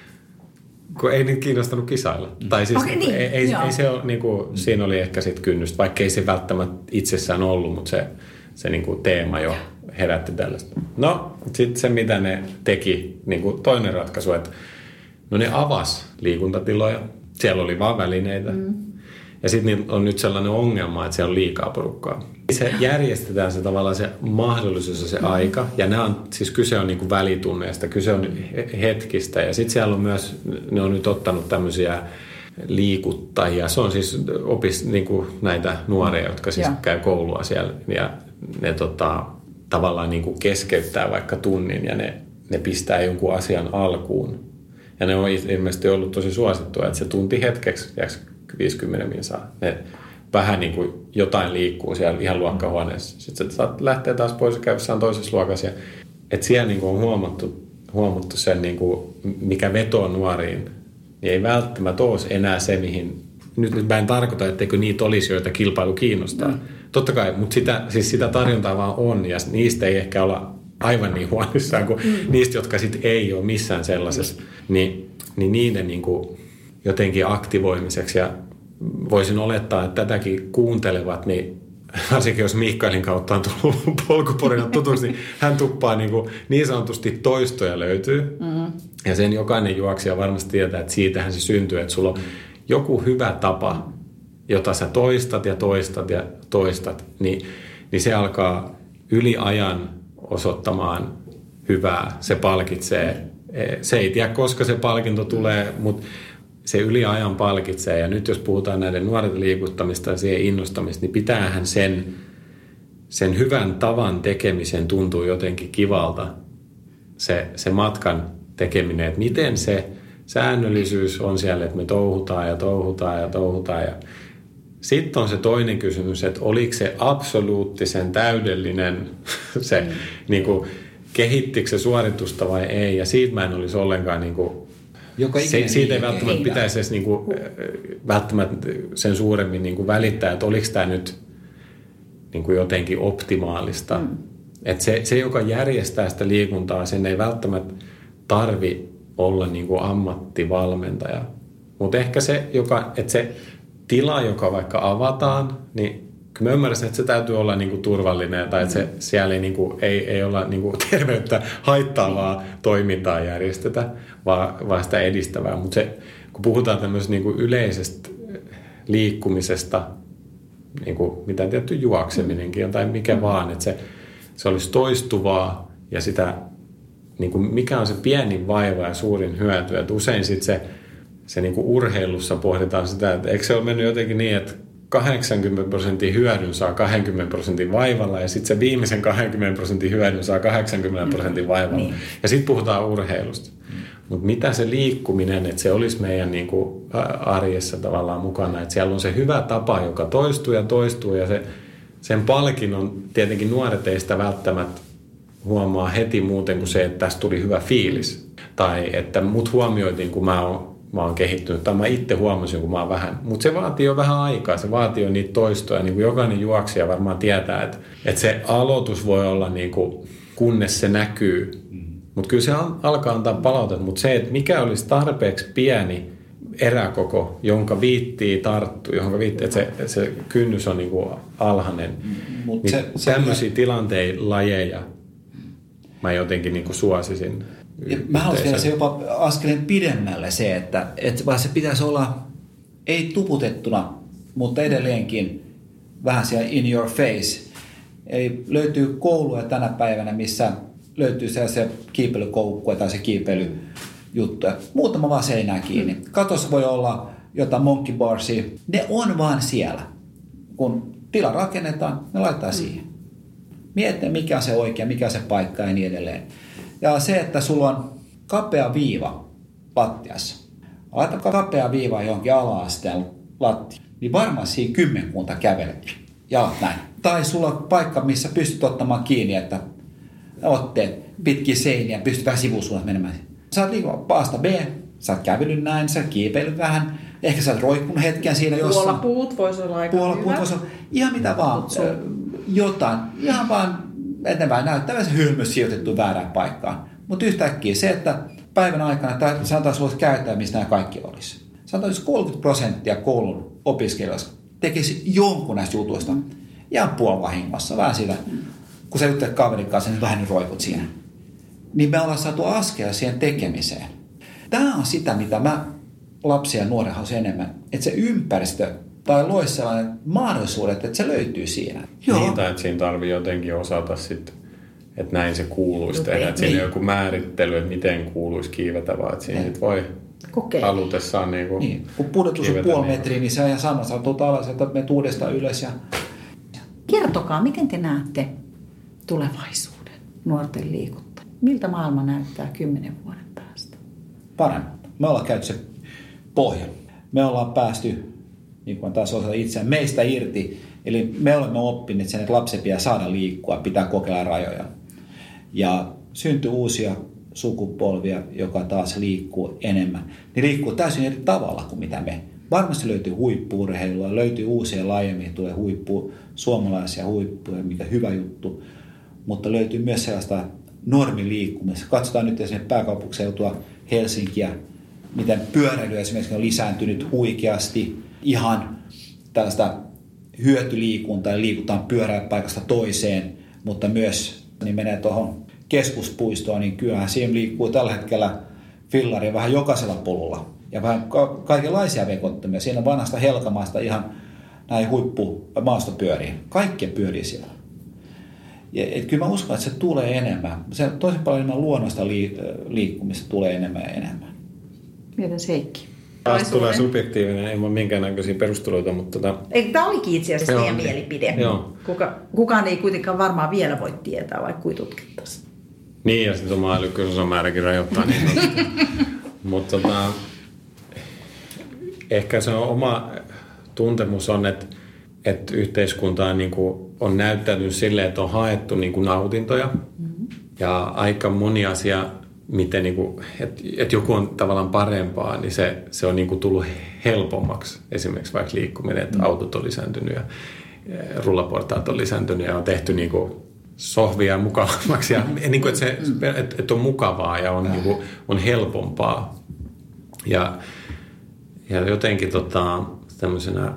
Kun ei niitä kiinnostanut kisailla. Tai siis okay, niin, ei, ei, ei se ole, niin kuin, siinä oli ehkä sit kynnystä, vaikka ei se välttämättä itsessään ollut, mutta se, se niin kuin teema jo herätti tällaista. No, sitten se mitä ne teki, niin kuin toinen ratkaisu, että no ne avasi liikuntatiloja, siellä oli vaan välineitä. Mm. Ja sitten on nyt sellainen ongelma, että siellä on liikaa porukkaa. Se järjestetään se tavallaan se mahdollisuus ja se mm. aika. Ja nämä on, siis kyse on niin kuin välitunneista, kyse on hetkistä. Ja sitten siellä on myös, ne on nyt ottanut tämmöisiä liikuttajia. Se on siis opis niin kuin näitä nuoria, jotka siis ja. käy koulua siellä. Ja ne tota, tavallaan niin kuin keskeyttää vaikka tunnin ja ne, ne pistää jonkun asian alkuun. Ja ne on ilmeisesti ollut tosi suosittua, että se tunti hetkeksi viisikymmentä minsaa. Ne vähän niin kuin jotain liikkuu siellä ihan luokkahuoneessa. Sitten se lähtee taas pois ja käy jossain toisessa luokassa. Että siellä niin kuin on huomattu, huomattu sen, niin kuin, mikä vetoo nuoriin, niin ei välttämättä ole enää se, mihin... Nyt, nyt mä en tarkoita, etteikö niitä olisi, joita kilpailu kiinnostaa. Mm. Totta kai, mutta sitä, siis sitä tarjontaa vaan on, ja niistä ei ehkä olla aivan niin huolissaan kuin mm. niistä, jotka sitten ei ole missään sellaisessa. Niin, niin niiden niin kuin jotenkin aktivoimiseksi, ja voisin olettaa, että tätäkin kuuntelevat, niin varsinkin jos Mikaelin kautta on tullut polkuporina tutuksi, niin hän tuppaa niin, kuin, niin sanotusti toistoja löytyy. Mm-hmm. Ja sen jokainen juoksija varmasti tietää, että siitähän se syntyy, että sulla on joku hyvä tapa, jota sä toistat ja toistat ja toistat, niin, niin se alkaa yli ajan osoittamaan hyvää, se palkitsee. Se ei tiedä, koska se palkinto tulee, mutta se yli ajan palkitsee. Ja nyt jos puhutaan näiden nuorten liikuttamista ja siihen innostamista, niin pitäähän sen, sen hyvän tavan tekemisen tuntuu jotenkin kivalta. Se, se matkan tekeminen, että miten se säännöllisyys on siellä, että me touhutaan ja touhutaan ja touhutaan. Ja sitten on se toinen kysymys, että oliko se absoluuttisen täydellinen, se mm. niin kuin, kehittikö se suoritusta vai ei. Ja siitä mä en olisi ollenkaan, niin kuin, se, siitä ei välttämättä pitäisi edes niin kuin, välttämättä sen suuremmin niin kuin välittää, että oliko tämä nyt niin kuin jotenkin optimaalista. Mm. Että se, se, joka järjestää sitä liikuntaa, sen ei välttämättä tarvi olla niin kuin ammattivalmentaja. Mutta ehkä se, joka, että se tila, joka vaikka avataan, niin kyllä mä ymmärrän, että se täytyy olla niin kuin turvallinen tai että se, siellä ei, niin kuin, ei, ei olla niin kuin terveyttä haittaavaa toimintaa järjestetä, vaan, vaan sitä edistävää. Mutta kun puhutaan tämmöisestä niin kuin yleisestä liikkumisesta, niin kuin, mitä tietty juokseminenkin on tai mikä vaan, että se, se olisi toistuvaa ja sitä, niin kuin mikä on se pienin vaiva ja suurin hyöty. Että usein sitten se, se niin kuin urheilussa pohditaan sitä, että eikö se ole mennyt jotenkin niin, että kahdeksankymmentä prosentin hyödyn saa kaksikymmentä prosentin vaivalla ja sitten se viimeisen kaksikymmentä prosentin hyödyn saa kahdeksankymmentä prosentin vaivalla. Mm. Ja sitten puhutaan urheilusta. Mm. Mutta mitä se liikkuminen, että se olisi meidän niin kuin arjessa tavallaan mukana, että siellä on se hyvä tapa, joka toistuu ja toistuu ja se, sen palkinnon tietenkin nuoret ei sitä välttämättä huomaa heti muuten kuin se, että tästä tuli hyvä fiilis. Tai että mut huomioitiin, kun mä oon, mä oon kehittynyt. Tai mä itse huomasin, kun mä oon vähän. Mutta se vaatii jo vähän aikaa. Se vaatii jo niitä toistoja. Niin kuin jokainen juoksija varmaan tietää, että, että se aloitus voi olla niin kuin, kunnes se näkyy. Mutta kyllä se alkaa antaa palautetta. Mutta se, että mikä olisi tarpeeksi pieni eräkoko, jonka viittii tarttuu, jonka viittii, että se, se kynnys on niin kuin alhainen. Mut niin se, tämmöisiä se tilanteita, lajeja mä jotenkin niin kuin suosisin. Mä haluaisin vielä se jopa askeleen pidemmälle se, että, että vaan se pitäisi olla ei tuputettuna, mutta edelleenkin vähän siellä in your face. Eli löytyy kouluja tänä päivänä, missä löytyy sellaisia kiipeilykoukkuja tai se kiipeilyjuttuja. Muutama vaan seinää kiinni. Katossa voi olla jotain monkey barsia. Ne on vaan siellä. Kun tila rakennetaan, ne laittaa siihen. Miettii, mikä on se oikea, mikä on se paikka ja niin edelleen. Ja se, että sulla on kapea viiva lattiassa. Laita kapea viiva johonkin ala-asteen lattia, niin varmaan siinä kymmenkunta kävelee. Ja näin. Tai sulla on paikka, missä pystyt ottamaan kiinni, että otteet pitkiä seiniä, pystyt vähän sivusuunnat menemään. Sä oot liikua paasta B, sä oot kävellyt näin, sä oot kiipeillyt vähän, ehkä sä oot roikkunut hetken siinä jossain. Puolapuut voisi olla aika Puolapuut hyvä. Voisi olla ihan mitä vaan, jotain, ihan vaan eteenpäin näyttävä se hylmys sijoitettu väärään paikkaan. Mutta yhtäkkiä se, että päivän aikana, tai sanotaan sulla käyttää, missä nämä kaikki olisi. Sanotaan, jos kolmekymmentä prosenttia koulun opiskelijoista tekisi jonkun näistä jutuista, ihan puolivahingossa, vähän sitä, kun sä juttelet kaverin kanssa, niin vähän nyt roikut siinä. Niin me ollaan saatu askel siihen tekemiseen. Tämä on sitä, mitä mä lapsia ja nuoria haluaisin enemmän. Että se ympäristö tai loisi sellainen mahdollisuudet, että se löytyy siinä. Joo. Niin, tai että siinä tarvii jotenkin osata sitten, että näin se kuuluisi tehdä. Että niin. Siinä on joku määrittely, että miten kuuluisi kiivetä, vaan että siinä sitten voi kokeilla. Halutessaan niin kuin niin. Kun pudotus on puoli metriä, niin se on ihan sama. Sä tulet alas, että menet uudestaan ylös. Ja... Kertokaa, miten te näette tulevaisuuden nuorten liikuttaa? Miltä maailma näyttää kymmenen vuoden päästä? Paremmalta. Me ollaan käyty se pohja. Me ollaan päästy, niin kuin taas osata itseään, meistä irti. Eli me olemme oppineet sen, että lapsi pitää saada liikkua, pitää kokeilla rajoja. Ja syntyy uusia sukupolvia, joka taas liikkuu enemmän. Ne liikkuu täysin eri tavalla kuin mitä me. Varmasti löytyy huippu-urheilua, löytyy uusia lajeja, mihin tulee huippu, suomalaisia huippuja, mikä hyvä juttu. Mutta löytyy myös sellaista normiliikkumista. Katsotaan nyt esimerkiksi pääkaupunkiseutua Helsinkiä, miten pyöräily esimerkiksi on lisääntynyt huikeasti. Ihan tällaista hyötyliikuntaa ja liikutaan pyöräpaikasta toiseen, mutta myös niin menee tuohon keskuspuistoon, niin kyllähän siihen liikkuu tällä hetkellä fillaria vähän jokaisella polulla. Ja vähän ka- kaikenlaisia vekottomia. Siinä vanhasta Helkamaasta ihan näihin huippumaastopyöriin. Kaikki pyörii siellä. Ja, et kyllä mä uskon, että se tulee enemmän. Se tosi paljon enemmän luonnosta liikkumista tulee enemmän ja enemmän. Mietin Heikki? Taas tulee subjektiivinen, ei ole minkäännäköisiä perusteluita, mutta... Tota... Tämä olikin itse asiassa Joo, teidän niin. mielipide. Joo. Kuka, kukaan ei kuitenkaan varmaan vielä voi tietää, vaikka kuin tutkittaisiin. Niin, ja sitten oma älykkyysosamääräkin rajoittaa. Niin, mutta tota, ehkä se on oma tuntemus on, että, että yhteiskunta on, niin kuin, on näyttäytynyt silleen, että on haettu niin kuin nautintoja. Mm-hmm. Ja aika moni asia... miten niinku, että et joku on tavallaan parempaa, niin se, se on niinku tullut helpommaksi. Esimerkiksi vaikka liikkuminen, että autot on lisääntynyt ja rullaportaat on lisääntynyt ja on tehty niinku sohvia mukavammaksi. Ja, niinku, että, se, että, että on mukavaa ja on, niinku, on helpompaa. Ja, ja jotenkin tota, tämmöisenä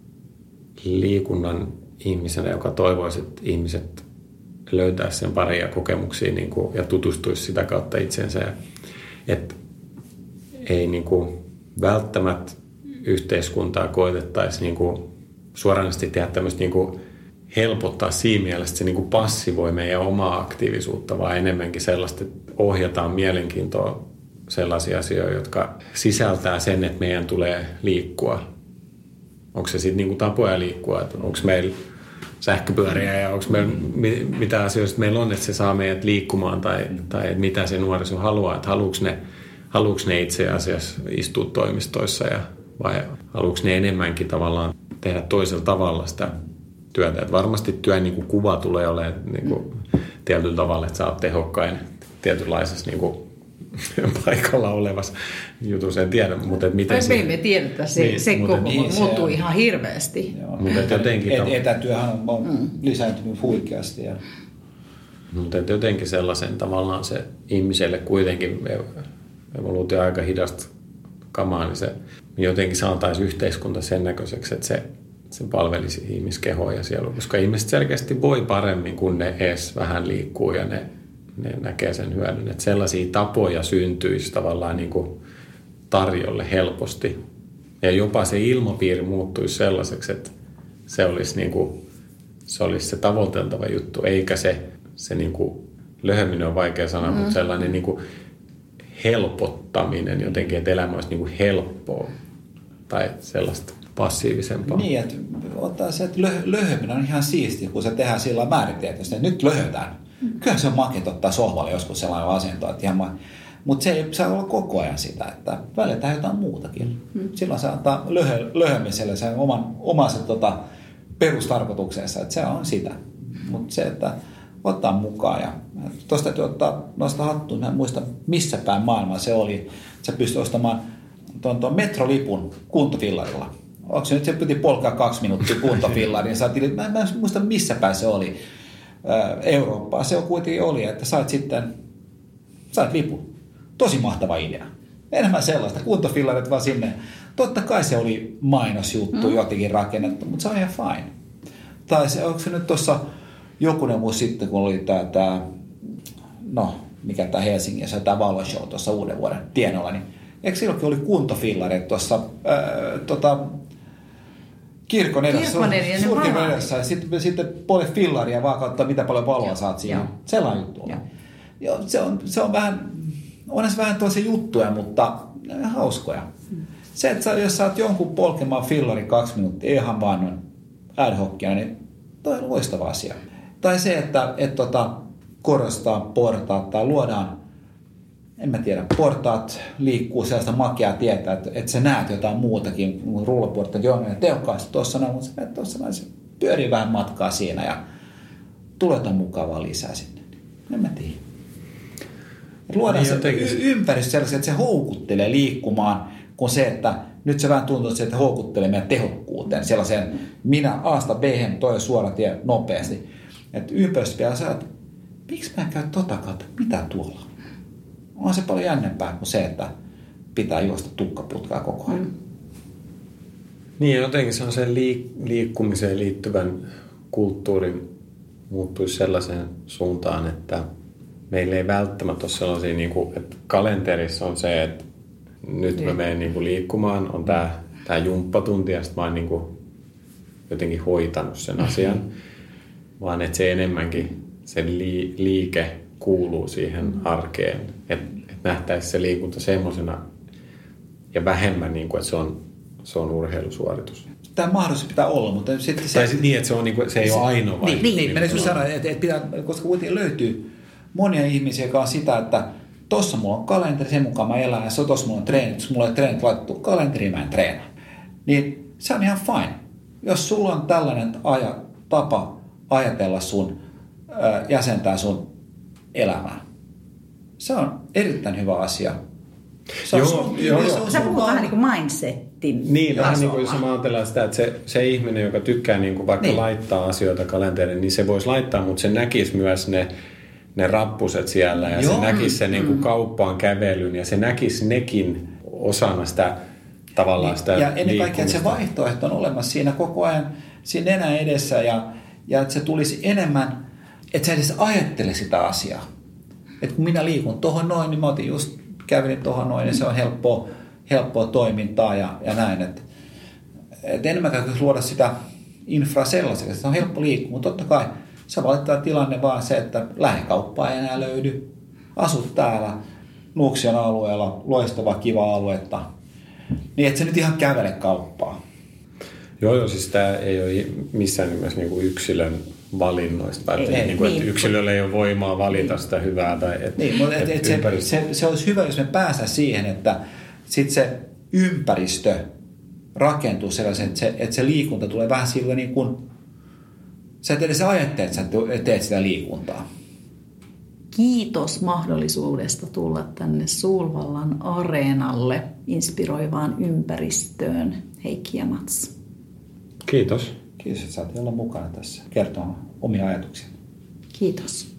liikunnan ihmisenä, joka toivoisi, että ihmiset löytää sen paria kokemuksia niin kuin, ja tutustuisi sitä kautta itseensä. Että ei niin kuin, välttämättä yhteiskuntaa koetettaisiin niin kuin, suoranaisesti tehdä tämmöistä niin kuin, helpottaa siinä mielessä, että se niin kuin, passivoi meidän omaa aktiivisuutta, vaan enemmänkin sellaista, että ohjataan mielenkiintoa sellaisia asioita, jotka sisältää sen, että meidän tulee liikkua. Onko se sitten niin kuin, tapoja liikkua, että onko meillä sähköpyöriä ja onko meillä, mitä asioista meillä on, että se saa meidät liikkumaan tai, tai mitä se nuoriso haluaa, että haluuks ne, haluuks ne itse asiassa istua toimistoissa ja, vai haluuks ne enemmänkin tavallaan tehdä toisella tavalla sitä työtä. Että varmasti työn niin kuin kuva tulee olemaan niin kuin tietyllä tavalla, että sä oot tehokkain tietynlaisessa niin kuin paikalla olevassa jutussa, en tiedä, mutta miten se... Me emme tiedetä, se, niin, se koko niin, muuttuu se ihan hirveästi. Mutta jotenkin... Et, etätyöhän on, on mm. lisääntynyt huikeasti. Ja... Mutta jotenkin sellaisen tavallaan se ihmiselle kuitenkin evoluutio aika hidasta kamaa, niin se jotenkin saataisiin yhteiskunta sen näköiseksi, että se, se palvelisi ihmiskehoa ja sielua, koska ihmiset selkeästi voi paremmin, kun ne edes vähän liikkuu ja ne ne näkee sen hyödyn, että sellaisia tapoja syntyisi tavallaan niin kuin tarjolle helposti. Ja jopa se ilmapiiri muuttuisi sellaiseksi, että se olisi, niin kuin, se, olisi se tavoiteltava juttu, eikä se, se niin kuin, löhöminen on vaikea sana, mm. mutta sellainen niin kuin helpottaminen jotenkin, että elämä olisi niin kuin helppoa tai sellaista passiivisempaa. Niin, että ottaa se, että löhöminen on ihan siistiä, kun se tehdään sillä määritietoisesti, että nyt löhötään. Kyllä se on makeata ottaa sohvalle joskus sellainen asento, että ihan ma... mutta se ei saa olla koko ajan sitä, että välillä tehdään jotain muutakin. Mm. Silloin se antaa löhö, löhömiselle sen oman, oman se, tota, perustarkoituksensa, että se on sitä. Mutta se, että ottaa mukaan ja tuosta täytyy ottaa noista hattuun, mä en muista missä päin maailmaa se oli, että sä pystyt ostamaan tuon, tuon metrolipun kuntofillarilla. Onko se nyt, se piti polkaa kaksi minuuttia kuntofillariin, saatiin, mä, mä en muista missä päin se oli. Eurooppaa. Se on kuitenkin oli, että sait sitten sait lipun. Tosi mahtava idea. Enemmän sellaista. Kuntofillarit vaan sinne. Totta kai se oli mainosjuttu, mm. jotenkin rakennettu, mutta se on ihan fine. Tai se, onko se nyt tuossa jokunen vuosi sitten, kun oli tämä, tämä no, mikä tämä Helsingissä, tämä valoshow tuossa uuden vuoden tienoilla, niin eikö silloinkin oli kuntofillarit tuossa ää, tota, kirkon edessä, suurkirkon edessä, ja sitten, sitten puoli fillaria vaan kautta, mitä paljon valoa saat siihen. Joo. Sellainen juttu on. Joo, se on, se on vähän, onhan se vähän toisia juttuja, mutta hauskoja. Hmm. Se, että jos saat jonkun polkemaan fillarin kaksi minuuttia, ihan vaan noin ad hocina, niin toi on loistava asia. Tai se, että et, tota, korostaa portaat tai luodaan, en mä tiedä, portaat liikkuu sellaista makeaa tietää, että, että sä näet jotain muutakin, rullaporttakin on tehokkaasti tuossa noin, mutta sä näet tuossa noin, se pyörii vähän matkaa siinä ja tulee jotain mukavaa lisää sinne. En mä tiedä. Luodaan niin se y- ympäristö sellaisen, että se houkuttelee liikkumaan, kun se, että nyt se vähän tuntuu, että se houkuttelee meidän tehokkuuteen, sellaiseen minä A:sta B:hen, toi suora tie nopeasti. Että ympäristö vielä saa, että miksi mä en käy tota kautta, mitä tuolla? On se paljon jännempää kuin se, että pitää juosta tukkaputkaa koko ajan. Mm. Niin, jotenkin se on sen liik- liikkumiseen liittyvän kulttuurin muuttuisi sellaiseen suuntaan, että meillä ei välttämättä ole sellaisia, niin kuin, että kalenterissa on se, että nyt mä menen niin kuin liikkumaan, on tämä, tämä jumppatunti ja sitten mä oon niin kuin jotenkin hoitanut sen asian, vaan että se enemmänkin se li, liike kuuluu siihen arkeen. Että et nähtäisiin se liikunta semmoisena ja vähemmän, niin kuin, että se on, se on urheilusuoritus. Tämä mahdollisesti pitää olla, mutta sitten se... Tai sitten niin, että se, on, niin kuin, se ei se, ole ainoa. Niin, niin, niin niin sanoa, että, että pitää, koska kuitenkin löytyy monia ihmisiä, jotka on sitä, että tossa mulla on kalenteri, sen mukaan mä elän, ja tossa mulla on treenit, jos mulla on treenit laitettu kalenteriin, mä en treena. Niin se on ihan fine. Jos sulla on tällainen aja, tapa ajatella sun, ää, jäsentää sun elämää, se on erittäin hyvä asia. Se joo, sun, joo, se joo. on Sä puhut vähän niin kuin mindsetin. Niin, vähän niin kuin jos mä ajattelen sitä, että se, se ihminen, joka tykkää niin kuin vaikka niin. laittaa asioita kalenteriin, niin se voisi laittaa, mutta se näkisi myös ne, ne rappuset siellä ja joo. se näkisi sen mm. niin kuin kauppaan kävelyn ja se näkisi nekin osana sitä tavallaan niin. sitä ja ennen kaikkea, että se vaihtoehto on olemassa siinä koko ajan siinä nenän edessä ja, ja että se tulisi enemmän, että sä edes ajattele sitä asiaa. Että kun minä liikun tuohon noin, niin mä otin just kävelin tuohon noin ja se on helppoa, helppoa toimintaa ja, ja näin. Että et enemmän täytyisi luoda sitä infraa sellaiseksi, että se on helppo liikkua, mutta totta kai se valitettava tilanne vaan se, että lähikauppaa ei enää löydy. Asut täällä Nuuksion alueella, loistava kiva aluetta, niin et se nyt ihan kävele kauppaa. Joo, joo, siis tämä ei ole missään nimessä niinku yksilön valinnoista. Ei, että, niin kuin, niin. että yksilöllä ei ole voimaa valita niin. sitä hyvää. Tai et, niin, mutta et, et se, se, se olisi hyvä, jos me päästään siihen, että sit se ympäristö rakentuu sellaisen, että se, että se liikunta tulee vähän sillä niin kuin sä et edes ajattele, että sä teet sitä liikuntaa. Kiitos mahdollisuudesta tulla tänne Sulvallan areenalle inspiroivaan ympäristöön, Heikki ja Mats. Kiitos. Kiitos, että saatiin olla mukana tässä kertomaan omia ajatuksia. Kiitos.